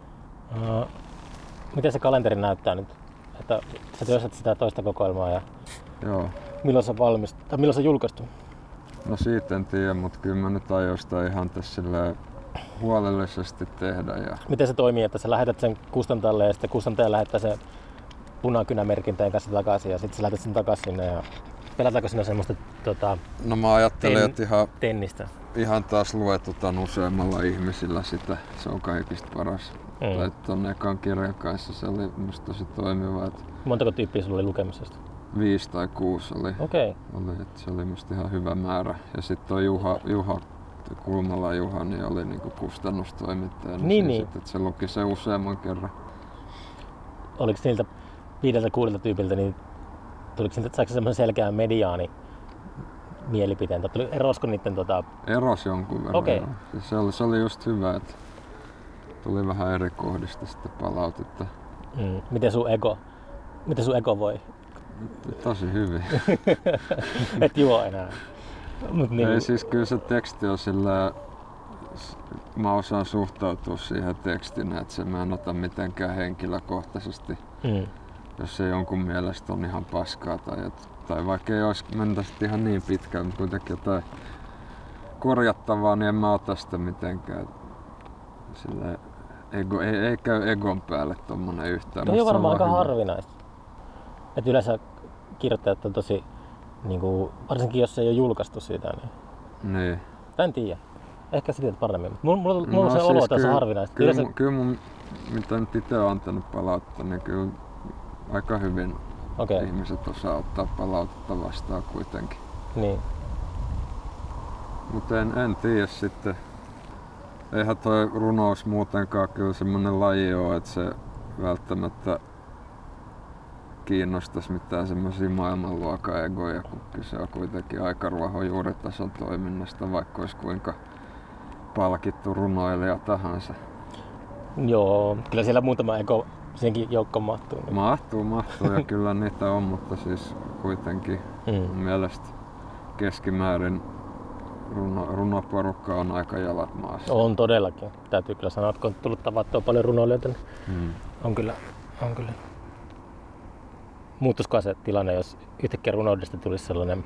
miten se kalenteri näyttää nyt? Että sä työstät sitä toista kokoelmaa ja joo. Milloin se on julkaistu? No siitä en tiedä, mutta kyllä mä nyt aion sitä ihan tässä huolellisesti tehdä. Ja miten se toimii, että sä lähetät sen kustantajalle ja sitten kustantaja lähettää sen punakynämerkintöjen kanssa takaisin ja sitten sä lähetät sen takaisin sinne ja pelataanko siinä semmoista no mä ajattelin, että tennistä? Ihan taas luetutaan useammalla ihmisillä sitä, se on kaikista paras. Tai ton ekan kirjan kanssa se oli musta tosi toimiva. Montako tyyppiä sulla oli lukemassa? 5 tai 6 oli. Että se oli musta ihan hyvä määrä. Ja sitten toi Juha Kulmala Juha niin oli niinku kustannustoimittajana. Niin. Että se luki se useamman kerran. Oliko niiltä 5-6 tyypiltä, niin saiko semmoisen selkeän mediaani mielipiteen? Erosko niitten Eros jonkun verran. Se oli just hyvä, että tuli vähän eri kohdista sitten palautetta. Miten sun ego voi? Tosi hyvin. Et juo enää. Ei siis kyllä se teksti on sillä, mä osaan suhtautua siihen tekstinä, että mä en ota mitenkään henkilökohtaisesti. Jos se jonkun mielestä on ihan paskaa tai vaikka ei olisi mennyt ihan niin pitkään, mutta kuitenkin jotain korjattavaa, niin en mä ota sitä mitenkään. Sillä ei käy egon päälle tommonen yhtään. Toi on varmaan aika harvinaista. Et yleensä kirjoittajat on tosi, varsinkin jos se ei ole julkaistu siitä. Niin. En tiedä. Ehkä sä tiedät paremmin. Mulla on se olo, että se on harvinaista. Kyllä mun, mitä nyt itse on antanut palautetta, niin kyllä aika hyvin ihmiset osaa ottaa palautetta vastaan kuitenkin. Niin. Mutta en tiedä sitten. Eihän toi runous muutenkaan kyllä semmonen laji ole, että se välttämättä kiinnostaisi mitään semmosia maailmanluokan egoja, kun kyse on kuitenkin aika ruohonjuuritason toiminnasta, vaikka olisi kuinka palkittu runoilija tahansa. Joo, kyllä siellä muutama ego senkin joukkoon mahtuu. Niin. Mahtuu ja kyllä niitä on, mutta siis kuitenkin mun mielestä keskimäärin runoporukka on aika jalat maassa. On todellakin. Täytyy kyllä sanoa, että kun on tullut tavattua paljon runoilijoita, niin on kyllä. Muuttuisikohan se tilanne, jos yhtäkkiä runoudesta tulisi sellainen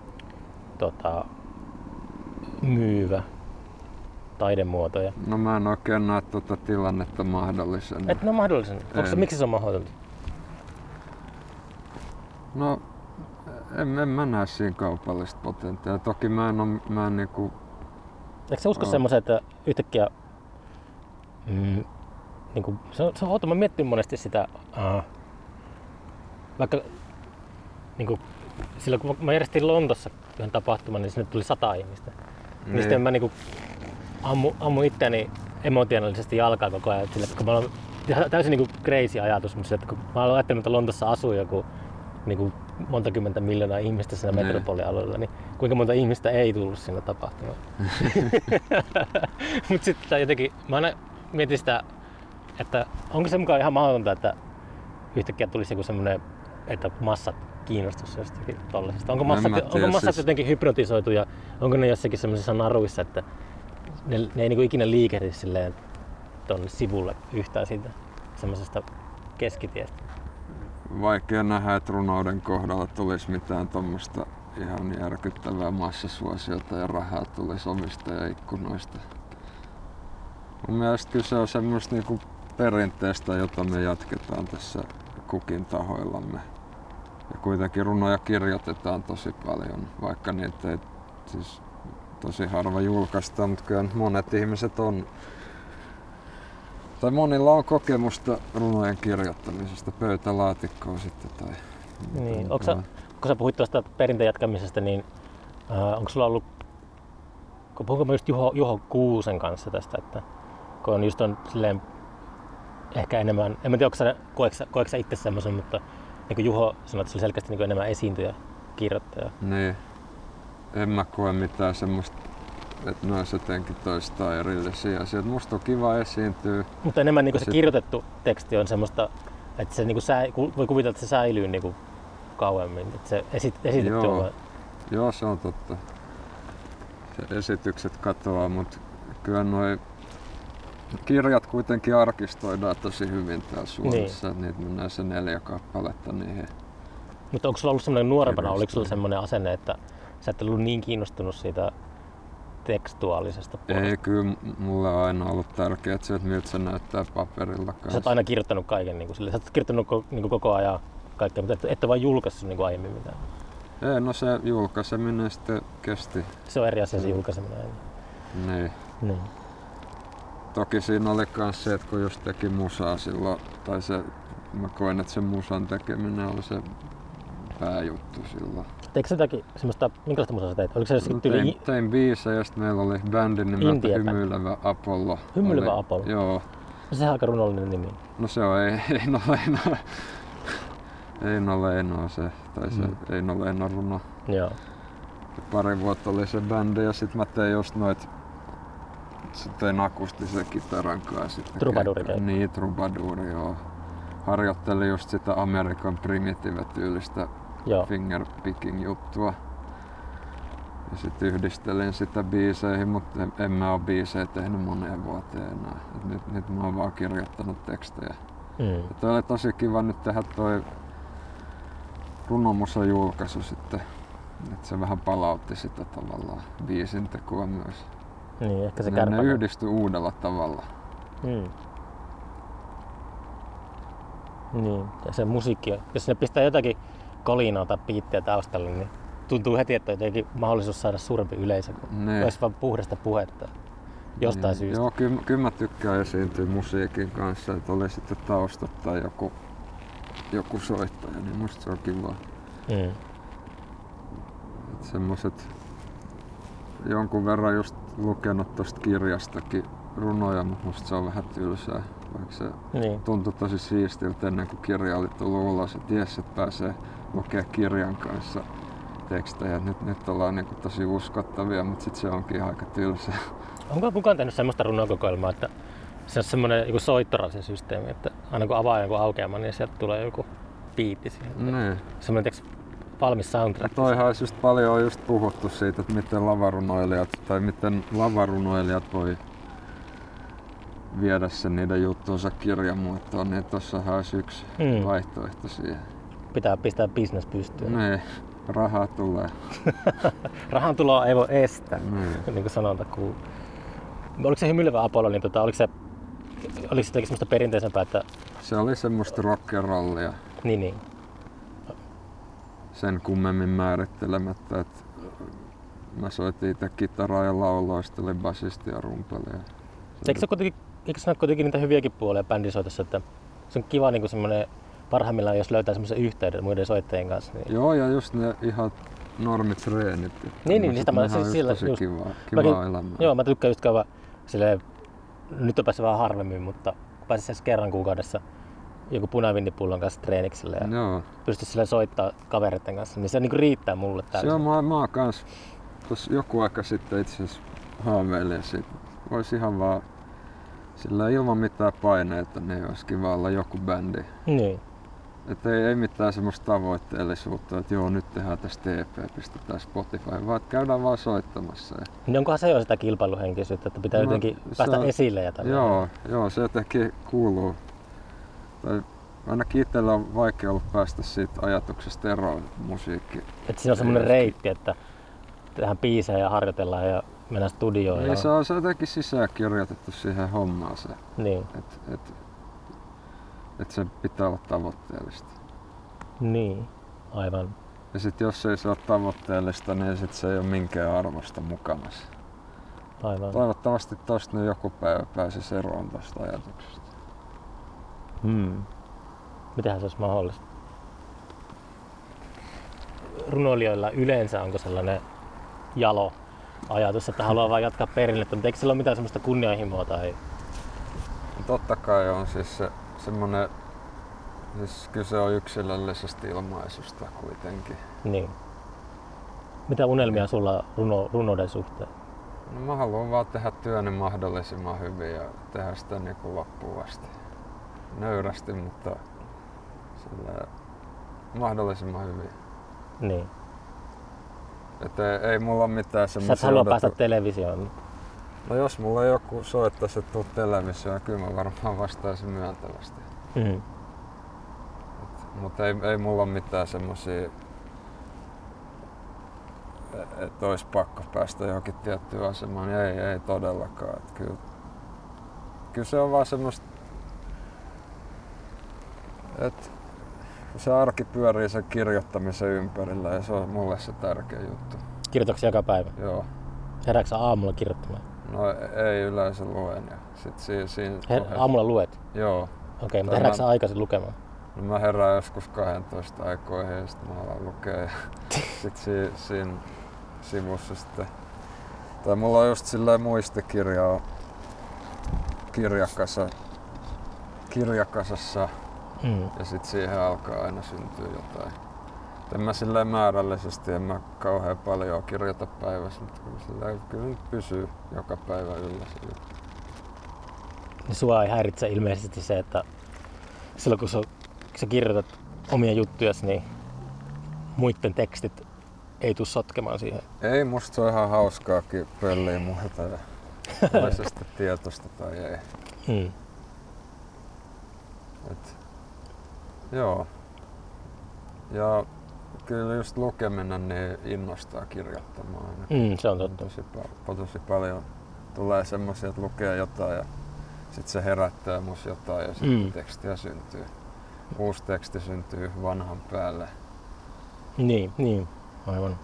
myyvä taidemuoto? No mä en oikein näe tuota tilannetta mahdollisena. Et näe mahdollisena? Miksi se on mahdollista? No en mä näe siinä kaupallista potentiaalia. Toki mä en niinku... Eikö sä usko semmoisen, että yhtäkkiä... se on outo, mä miettin monesti sitä... Vaikka silloin kun mä järjestin Lontossa yhden tapahtuman, niin sinne tuli 100 ihmistä. Niin sitten mä ammun itseäni emotionaalisesti jalkaa koko ajan. Sille, kun mä olen täysin crazy ajatus, mutta että kun mä olen ajattelut, että Lontossa asuu joku monta kymmentä miljoonaa ihmistä siinä metropolialueella, niin kuinka monta ihmistä ei tullut sinne tapahtumaan. Mutta sitten jotenkin, mä aina mietin sitä, että onko se mukaan ihan mahdotonta, että yhtäkkiä tulisi joku semmoinen, että massat kiinnostus jostakin tollasesta. Onko massat jotenkin hypnotisoitu ja onko ne jossakin semmoisissa naruissa, että ne ei ikinä liikehdi silleen tonne sivulle yhtään siitä semmoisesta keskitiestä? Vaikea nähdä, että runouden kohdalla tulisi mitään tommoista ihan järkyttävää massasuosiota ja rahaa tulisi omista ja ikkunoista. Mun mielestä kyse on semmoista perinteestä, jota me jatketaan tässä kukin tahoillamme. Ja kuitenkin runoja kirjoitetaan tosi paljon, vaikka niitä ei siis tosi harva julkaista, mutta kyllä monet ihmiset on, tai monilla on kokemusta runojen kirjoittamisesta, pöytälaatikkoon sitten tai... Niin. Kun sä puhuit tuosta perinteen jatkamisesta, niin onko sulla ollut, puhunko mä just Juho Kuusen kanssa tästä, että kun on just on silleen ehkä enemmän, en mä tiedä, koetko sä itse semmoisen, mutta niin kuin Juho sanoi, että se oli selkeästi niin kuin enemmän esiintyjä, kirjoittaja. Niin. En mä koe mitään semmoista, että ne olisi jotenkin toistaan erillisiä asioita. Musta on kiva esiintyä. Mutta enemmän niin kuin se kirjoitettu teksti on semmoista, että se niin kuin voi kuvitella, että se säilyy niin kuin kauemmin, että se esitetty on. Joo, se on totta. Se esitykset katoaa, mutta kyllä noi kirjat kuitenkin arkistoidaan tosi hyvin täällä Suomessa. Niin. Niitä mennään se 4 kappaletta niihin. Mutta onko sulla ollut semmoinen nuorempana, oliko sulla semmoinen asenne, että sä et ollut niin kiinnostunut siitä tekstuaalisesta puolesta? Ei, kyllä mulle on aina ollut tärkeää se, että miltä se näyttää paperilla kanssa. Sä oot aina kirjoittanut kaiken, niin kuin sille. Sä oot kirjoittanut niin kuin koko ajan kaikkea, mutta et vaan julkaissut niin kuin aiemmin mitään. Ei, no se julkaiseminen sitten kesti. Se on eri asia se julkaiseminen. Niin. Toki siinä oli myös se, että kun just teki musaa silloin, tai se, mä koen, että se musan tekeminen oli se pääjuttu silloin. Teikö sä jotakin semmoista, minkälaista musaa sä teit? Oliko se jossakin tein biisejä ja sitten meillä oli bändin nimeltä Hymyilevä Apollo. Hymyilevä Apollo? Joo. No sehän on aika runollinen nimi. No se on Eino Leino se, tai se Eino Leino runo. Joo. Pari vuotta oli se bändi ja sit mä tein just noit, tein akustisen kitaran kanssa. Trubaduri keikka. Niin, trubaduri, joo. Harjoittelin just sitä American Primitive-tyylistä fingerpicking juttua. Ja sit yhdistelin sitä biiseihin, mutta en mä oo biisejä tehnyt moneen vuoteen enää. Nyt mä oon vaan kirjoittanut tekstejä. Ja toi oli tosi kiva nyt tehdä toi runomusan julkaisu sitten. Että se vähän palautti sitä tavallaan biisin tekoa myös. Niin, ehkä se ne yhdistyi uudella tavalla. Niin, ja se musiikki, jos ne pistää jotakin kolinaa tai biittiä taustalle, niin tuntuu heti, että on jotenkin mahdollisuus saada suurempi yleisö, kun olisi vaan puhdasta puhetta jostain syystä. Joo, kyllä mä tykkään esiintyä musiikin kanssa, että oli sitten taustat tai joku soittaja, niin musta se on kivaa. Semmoset jonkun verran just lukenut tosta kirjastakin runoja, mutta musta se on vähän tylsää. Vaikka se tuntui tosi siistiltä ennen kuin kirja oli tullut ulos ja ties, että pääsee lukea kirjan kanssa tekstejä. Nyt ollaan niin tosi uskottavia, mutta sit se onkin aika tylsää. Onko kukaan tehnyt semmoista runokokoelmaa, että se on semmoinen joku soittorasen systeemi, että aina kun avaa jonkun aukeaman, niin sieltä tulee joku biitti siihen. Semmoinen valmis soundtrack. Toihan olisi just paljon on just puhuttu siitä, että miten lavarunoilijat voi viedä sen niiden juttuunsa kirjamuotoon, niin tossahan olisi yksi vaihtoehto siihen. Pitää pistää business pystyyn. Niin, rahaa tulee. Rahan tuloa ei voi estää, niin kuin sanonta kuuluu. Oliko se Hymyilevä Apollo, niin oliko se jotenkin semmoista perinteisempää, että... Se oli semmoista rock'n'rollia. Niin. Sen kummemmin määrittelemättä, että mä soitin itse kitaraa ja lauloistelin basisti ja rumpelia. Eikö se ole kuitenkin niitä hyviäkin puolia bändisoitossa, että se on kiva niin semmoinen parhaimmillaan, jos löytää semmoisen yhteyden muiden soittajien kanssa. Niin... Joo, ja just ne ihan normitreenit. Niin sitä mä siis sillä tosi kivaa elämää. Joo, mä tykkään just käydä silleen, nyt on päässyt vähän harvemmin, mutta pääsis kerran kuukaudessa joku punavinnipullon kanssa treenikselle ja pystyisi silleen soittaa kavereiden kanssa, niin se niin riittää mulle täysin. Se on mä kans tossa joku aika sitten itse asiassa haaveilin siitä. Vois ihan vaan sillä ilman mitään paineita, niin olisi kiva olla joku bändi. Niin. Että ei mitään semmoista tavoitteellisuutta, että joo nyt tehdään tästä EP, pistetään Spotify, vaan käydään vaan soittamassa. Niin onkohan se jo sitä kilpailuhenkisyyttä, että pitää jotenkin päästä esille ja tällainen? Joo, se jotenkin kuuluu. Tai ainakin itsellä on vaikea ollut päästä siitä ajatuksesta eroon musiikkiin. Että siinä on semmoinen reitti, että tehdään biisejä ja harjoitellaan ja mennään studioon. Ei, se on jotenkin sisäänkirjoitettu siihen hommaan se. Niin. Että se pitää olla tavoitteellista. Niin. Aivan. Ja sit jos ei se ole tavoitteellista, niin sit se ei ole minkään arvosta mukana. Aivan. Toivottavasti tosta nyt joku päivä pääsisi eroon tosta ajatuksesta. Mitähän se olisi mahdollista? Runoilijoilla yleensä onko sellainen jalo ajatus, että haluaa vaan jatkaa perinnettä, mutta eikö sillä ole mitään semmoista kunnianhimoa tai... Totta kai on siis semmonen, siis kyse on yksilöllisestä ilmaisusta kuitenkin. Niin. Mitä unelmia sulla runouden suhteen? No mä haluan vaan tehdä työni mahdollisimman hyvin ja tehdä sitä niinku loppuun asti. Nöyrästi, mutta mahdollisimman hyvin. Niin. Että ei mulla ole mitään semmosia... Sä et halua päästä televisioon? No jos mulla joku soittaisi, että tuu televisioon, kyllä mä varmaan vastaisin myöntävästi. Mutta ei mulla ole mitään semmosia, että olisi pakko päästä johonkin tiettyyn asemaan. Ei todellakaan. Että kyllä se on vaan semmoista, että se arki pyörii sen kirjoittamisen ympärillä ja se on mulle se tärkeä juttu. Kirjoitatko joka päivä? Joo. Heräätkö sä aamulla kirjoittamaan? No ei yleensä luen. Ja sit siinä aamulla luet? Joo. Okei, mutta heräätkö sä aikaisin lukemaan? No mä herään joskus 12 aikoihin ja sit mä alan lukea ja sit siinä sivussa sitten. Tai mulla on just silleen muistikirjaa kirjakasassa ja sit siihen alkaa aina syntyä jotain. En mä silleen määrällisesti, en mä kauhean paljon kirjoita päivässä, mutta kyllä nyt pysyy joka päivä yllä se juttu. Niin sua ei häiritse ilmeisesti se, että silloin kun sä kirjoitat omia juttujasi, niin muiden tekstit ei tuu sotkemaan siihen? Ei, musta se on ihan hauskaakin pölliä muilta ja oli se sitten tietoista tai ei. Joo. Ja kyllä just lukeminen niin innostaa kirjoittamaan aina. Se on totta. Tosi paljon tulee semmosia, että lukee jotain ja sit se herättää mus jotain ja sitten tekstiä syntyy. Uusi teksti syntyy vanhan päälle. Niin, aivan.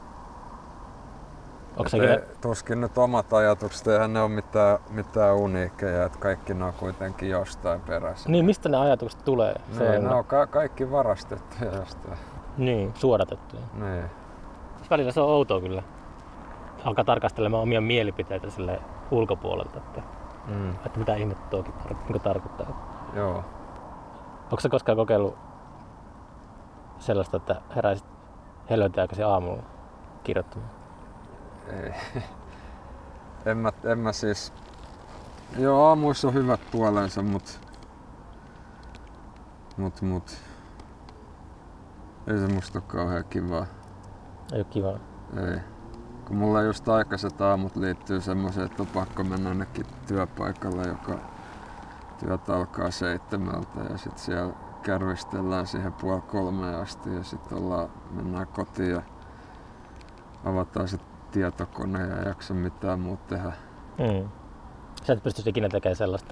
Tuskin nyt omat ajatukset, eihän ne ole mitään uniikkeja, että kaikki ne on kuitenkin jostain perässä. Niin, mistä ne ajatukset tulee? Niin, ne on kaikki varastettuja jostain. Niin, suodatettuja. Niin. Välillä se on outoa kyllä. Alkaa tarkastelemaan omia mielipiteitä sille ulkopuolelta, että mitä ihmettä tuokin tarkoittaa. Joo. Onko sä koskaan kokeillut sellaista, että heräisit helvetin aikaisin aamulla kirjoittamaan? Ei. En mä siis... Joo, aamuissa on hyvät puolensa, mut ei se musta ole kauhean kivaa. Ei oo kivaa? Ei. Kun mulla just aikaiset aamut liittyy semmoiseen, että on pakko mennä ainakin työpaikalle, joka työt alkaa 7 ja sit siellä kärvistellään siihen 2:30 asti ja sit mennään kotiin ja avataan se tietokone ja ei jaksa mitään muuta tehdä. Sä et pystyisi ikinä tekemään sellaista,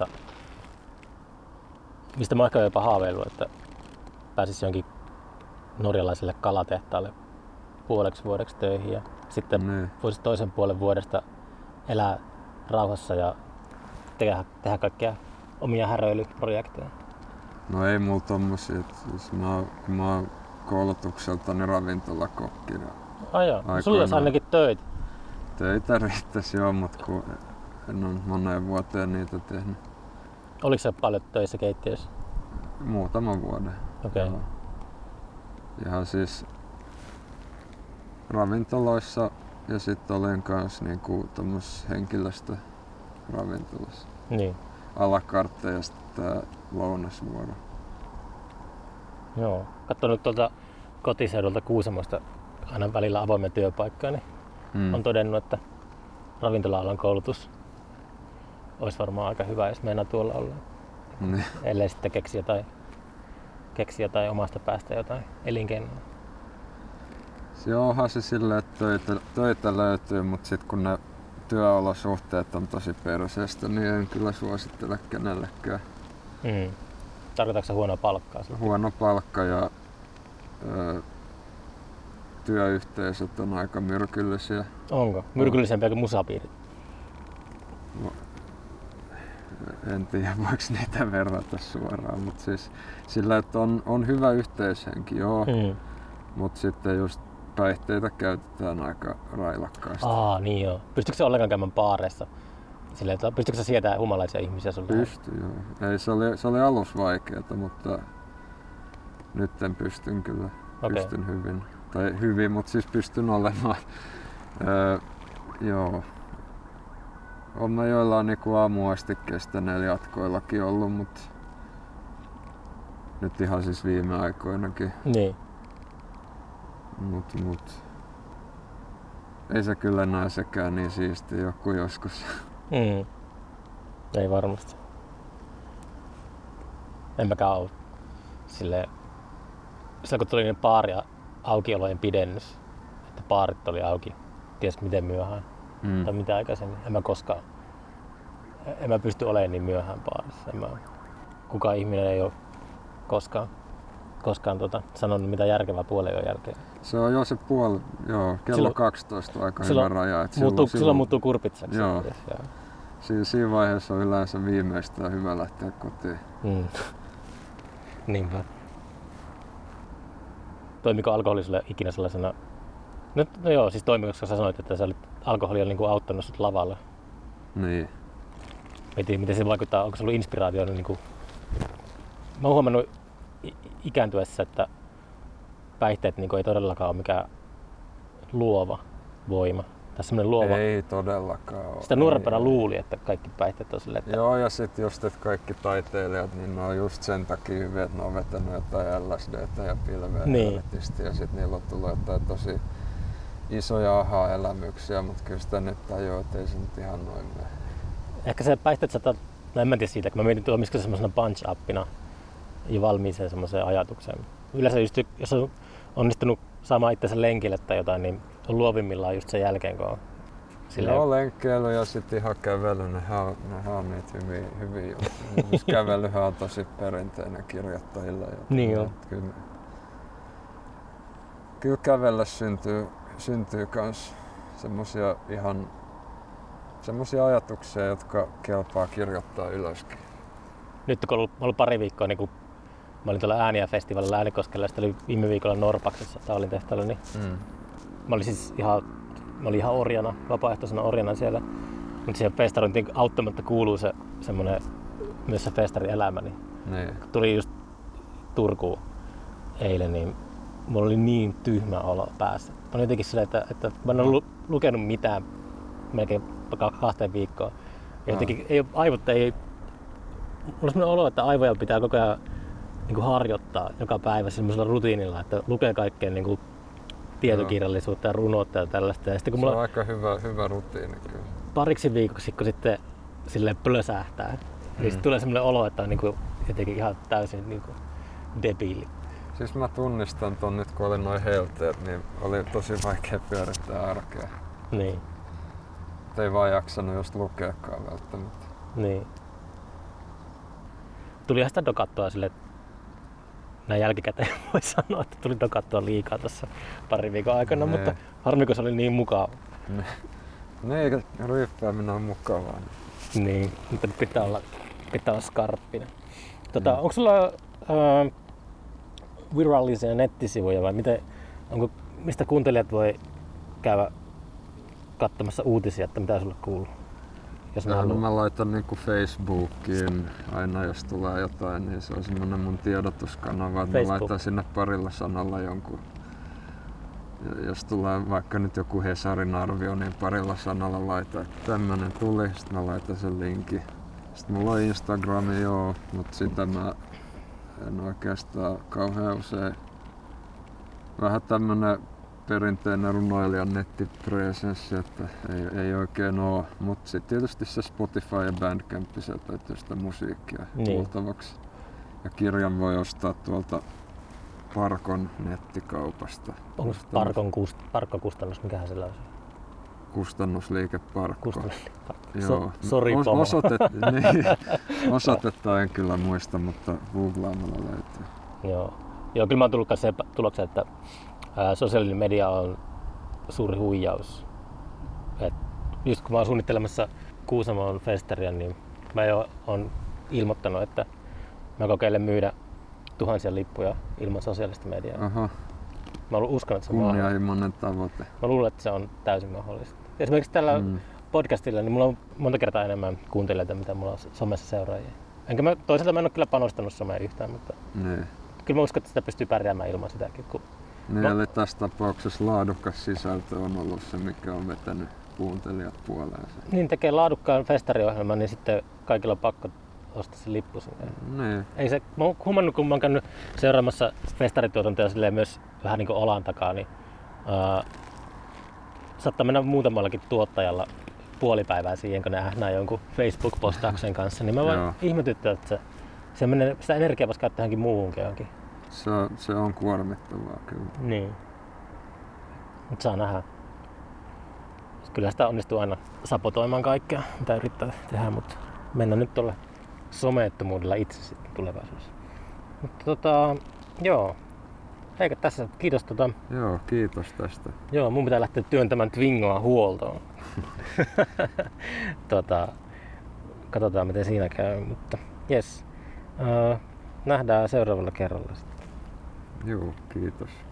mistä mä ehkä jopa haaveillut, että pääsis jonkin norjalaiselle kalatehtaalle puoleksi vuodeksi töihin ja sitten voisi toisen puolen vuodesta elää rauhassa ja tehdä kaikkia omia häröilyprojekteja. No ei mulla tommosia. Siis kun mä oon koulutukseltani ravintolakokki. Joo, sulla olisi ainakin töitä. Töitä riittäisi joo, mutta kun en ole moneen vuoteen niitä tehnyt. Oliko se paljon töissä keittiössä? Muutaman vuoden. Okei. Ihan siis ravintoloissa ja sitten olen kanssa niinku tommos henkilöstöravintolassa. Niin. A la carte ja sitten tää lounasvuoro. Joo. Katsonut tuolta kotiseudulta Kuusamosta aina välillä avoimia työpaikkoja, niin on todennut, että ravintola-alan koulutus olisi varmaan aika hyvä, jos meinaa tuolla olla. Niin. Ellei sitten keksi jotain omasta päästä jotain elinkeinoa. Onhan se silleen, että töitä löytyy, mutta sitten kun ne työolosuhteet on tosi perseestä, niin en kyllä suosittele kenellekään. Tarkoitatko se huonoa palkkaa? Huono palkka ja työyhteisöt on aika myrkyllisiä. Onko? Myrkyllisempiä kuin musapiirit? No, en tiedä voiko niitä verrata suoraan, mutta siis sillä, että on hyvä yhteishenki, joo. Mutta sitten just päihteitä käytetään aika railakkaasti. Niin joo. Pystytkö sä ollenkaan käymään baareissa? Silleen, että pystytkö sä sietämään humalaisia ihmisiä sulle? Pystyn, joo. Ei, se oli alussa vaikeeta, mutta nyt pystyn kyllä. Pystyn hyvin. Tai hyvin, mutta siis pystyn olemaan. Joo. On mä joillain niinku aamuun asti kestäneillä jatkoillakin ollut, mutta nyt ihan siis viime aikoinakin. Niin. Mut. Ei se kyllä enää sekään niin siistiä joku joskus. Ei varmasti. En mäkään oo silleen kun tuli niin baari- ja aukiolojen pidennys, että baarit oli auki ties miten myöhään tai mitä aikaisemmin. En mä pysty olemaan niin myöhään baarissa. Kukaan ihminen ei ole koskaan sanonut mitä järkevää puolen yön jälkeen. Se on jo se kello 12 on aika hyvä raja. Silloin muuttuu kurpitsaksi. Joo. Siinä vaiheessa on yleensä viimeistään hyvä lähteä kotiin. Niinpä. Toimiko alkoholi sulle ikinä sellaisena? No joo, siis toimiko, koska sä sanoit, että alkoholi on niinku auttanut sut lavalla. Niin. Mietin, miten se vaikuttaa, onko se ollut inspiraatio? Niinku... Mä oon huomannut ikääntyessä, että päihteet niinku ei todellakaan ole mikään luova voima. Tässä luova. Ei todellakaan ole. Sitä nuorempana luuli, että kaikki päihteet on silleen, että... Joo, ja sit just, että kaikki taiteilijat, niin ne on just sen takia hyviä, että ne on vetänyt jotain LSD:tä ja pilveä helvetisti. Ja sit niillä on tullut jotain tosi isoja aha-elämyksiä, mutta kyllä sitä nyt tajuaa, että ei se nyt ihan noin mene. Ehkä se päihteet saattaa... No en mä tiedä siitä, kun mä mietin, että olisiko se semmosena punch-uppina jo valmiiseen semmoiseen ajatukseen. Yleensä just, jos on onnistunut saamaan itsensä lenkille tai jotain, niin on luovimmillaan just sen jälkeen, kun on silleen... Joo, lenkkeily ja sitten ihan kävely, nehän on niitä hyviä juttuja. Kävelyhän on tosi perinteinen kirjoittajille. Niin joo. Kyllä kävellä syntyy kans semmosia ajatuksia, jotka kelpaa kirjoittaa ylöskin. Nyt kun on ollut pari viikkoa, niin kun mä olin tuolla Ääniä-festivaalilla Äänikoskella ja sitten oli viime viikolla Norpaksessa Taulin tehtaalla, niin mä olin siis ihan orjana, vapaaehtoisena orjana siellä. Mutta siihen festarointiin auttamatta kuuluu semmoinen myös se festarin elämä. Niin. Kun tuli just Turkuun eilen, niin mulla oli niin tyhmä olo päässä. Mä olin jotenkin silleen, että mä en ole lukenut mitään melkein 2 viikkoa. Ja jotenkin aivot ei... Mulla on semmoinen olo, että aivoja pitää koko ajan niin harjoittaa joka päivä semmoisella rutiinilla, että lukee kaikkea niin tietokirjallisuutta ja runoutta ja tällaista. Ja kun se on aika hyvä rutiini kyllä. Pariksi viikoksi, kun sitten silleen plösähtää, niin sitten tulee semmoinen olo, että on niin jotenkin ihan täysin niin debiili. Siis mä tunnistan ton nyt, kun olin noin helteet, niin oli tosi vaikea pyörittää arkea. Niin. Ei vaan jaksanut just lukeakaan välttämättä. Niin. Tulihan sitä dokattua silleen, näin jälkikäteen voi sanoa, että tuli dokattua liikaa tuossa parin viikon aikana, mutta harmi, kun se oli niin mukava. Niin, ryyppääminen on mukavaa. Niin, mutta pitää olla skarppina. Onko sulla virallisia nettisivuja vai mistä kuuntelijat voi käydä katsomassa uutisia, että mitä sulle kuuluu? Mä laitan niinku Facebookiin aina, jos tulee jotain, niin se on semmonen mun tiedotuskanava, että mä laitan sinne parilla sanalla jonkun. Jos tulee vaikka nyt joku Hesarin arvio, niin parilla sanalla laitan, että tämmönen tuli, sit mä laitan sen linkin. Sitten mulla on Instagrami, mutta sitä mä en oikeastaan kauhean usein. Vähän tämmönen perinteinen runoilijan nettipresenssi, että ei oikein oo. Mut sit tietysti se Spotify ja Bandcamp sieltä löytyy sitä musiikkia kuultavaksi. Ja kirjan voi ostaa tuolta Parkon nettikaupasta. Onko Parkon kustannus, mikähän sillä on? Kustannusliike Parkko. Joo. Sori Pomo. Osoitetta en kyllä muista, mutta googlaamalla löytyy. Joo, kyllä mä oon tullut siihen tulokseen, että sosiaalinen media on suuri huijaus. Et just kun mä oon suunnittelemassa Kuusamoon festaria, niin mä jo oon ilmoittanut, että mä kokeilen myydä tuhansia lippuja ilman sosiaalista mediaa. Aha. Mä uskon, että se on kunnianhimoinen tavoite. Mä luulen, että se on täysin mahdollista. Esimerkiksi tällä podcastilla niin mulla on monta kertaa enemmän kuuntelijoita, mitä mulla on somessa seuraajia. Toisaalta mä en ole kyllä panostanut someen yhtään, mutta kyllä mä uskon, että sitä pystyy pärjäämään ilman sitäkin. Eli tässä tapauksessa laadukas sisältö on ollut se, mikä on vetänyt kuuntelijat puoleensa. Niin, tekee laadukkaan festariohjelman, niin sitten kaikilla on pakko ostaa se lippu sinne. Mä oon huomannut, kun mä oon käynyt seuraamassa festarituotantoja silleen myös vähän niin kuin olan takaa, niin saattaa mennä muutamallakin tuottajalla puoli päivää siihen, kun ne ähnää jonkun Facebook-postauksen kanssa, niin mä vaan ihmetyttää, että sitä energiaa voisi käyttää johonkin muuhunkin johonkin. Se on kuormittavaa kyllä. Niin. Mut saa nähdä. Kyllä sitä onnistuu aina sabotoimaan kaikkea, mitä yrittää tehdä, mutta mennään nyt tuolla someettomuudella itse sitten tulevaisuudessa. Mutta joo. Eikä tässä, kiitos Joo, kiitos tästä. Joo, mun pitää lähteä työntämään Twingoa huoltoon. Katsotaan miten siinä käy, mutta jes. Nähdään seuraavalla kerralla sitten. Joo, kiitos.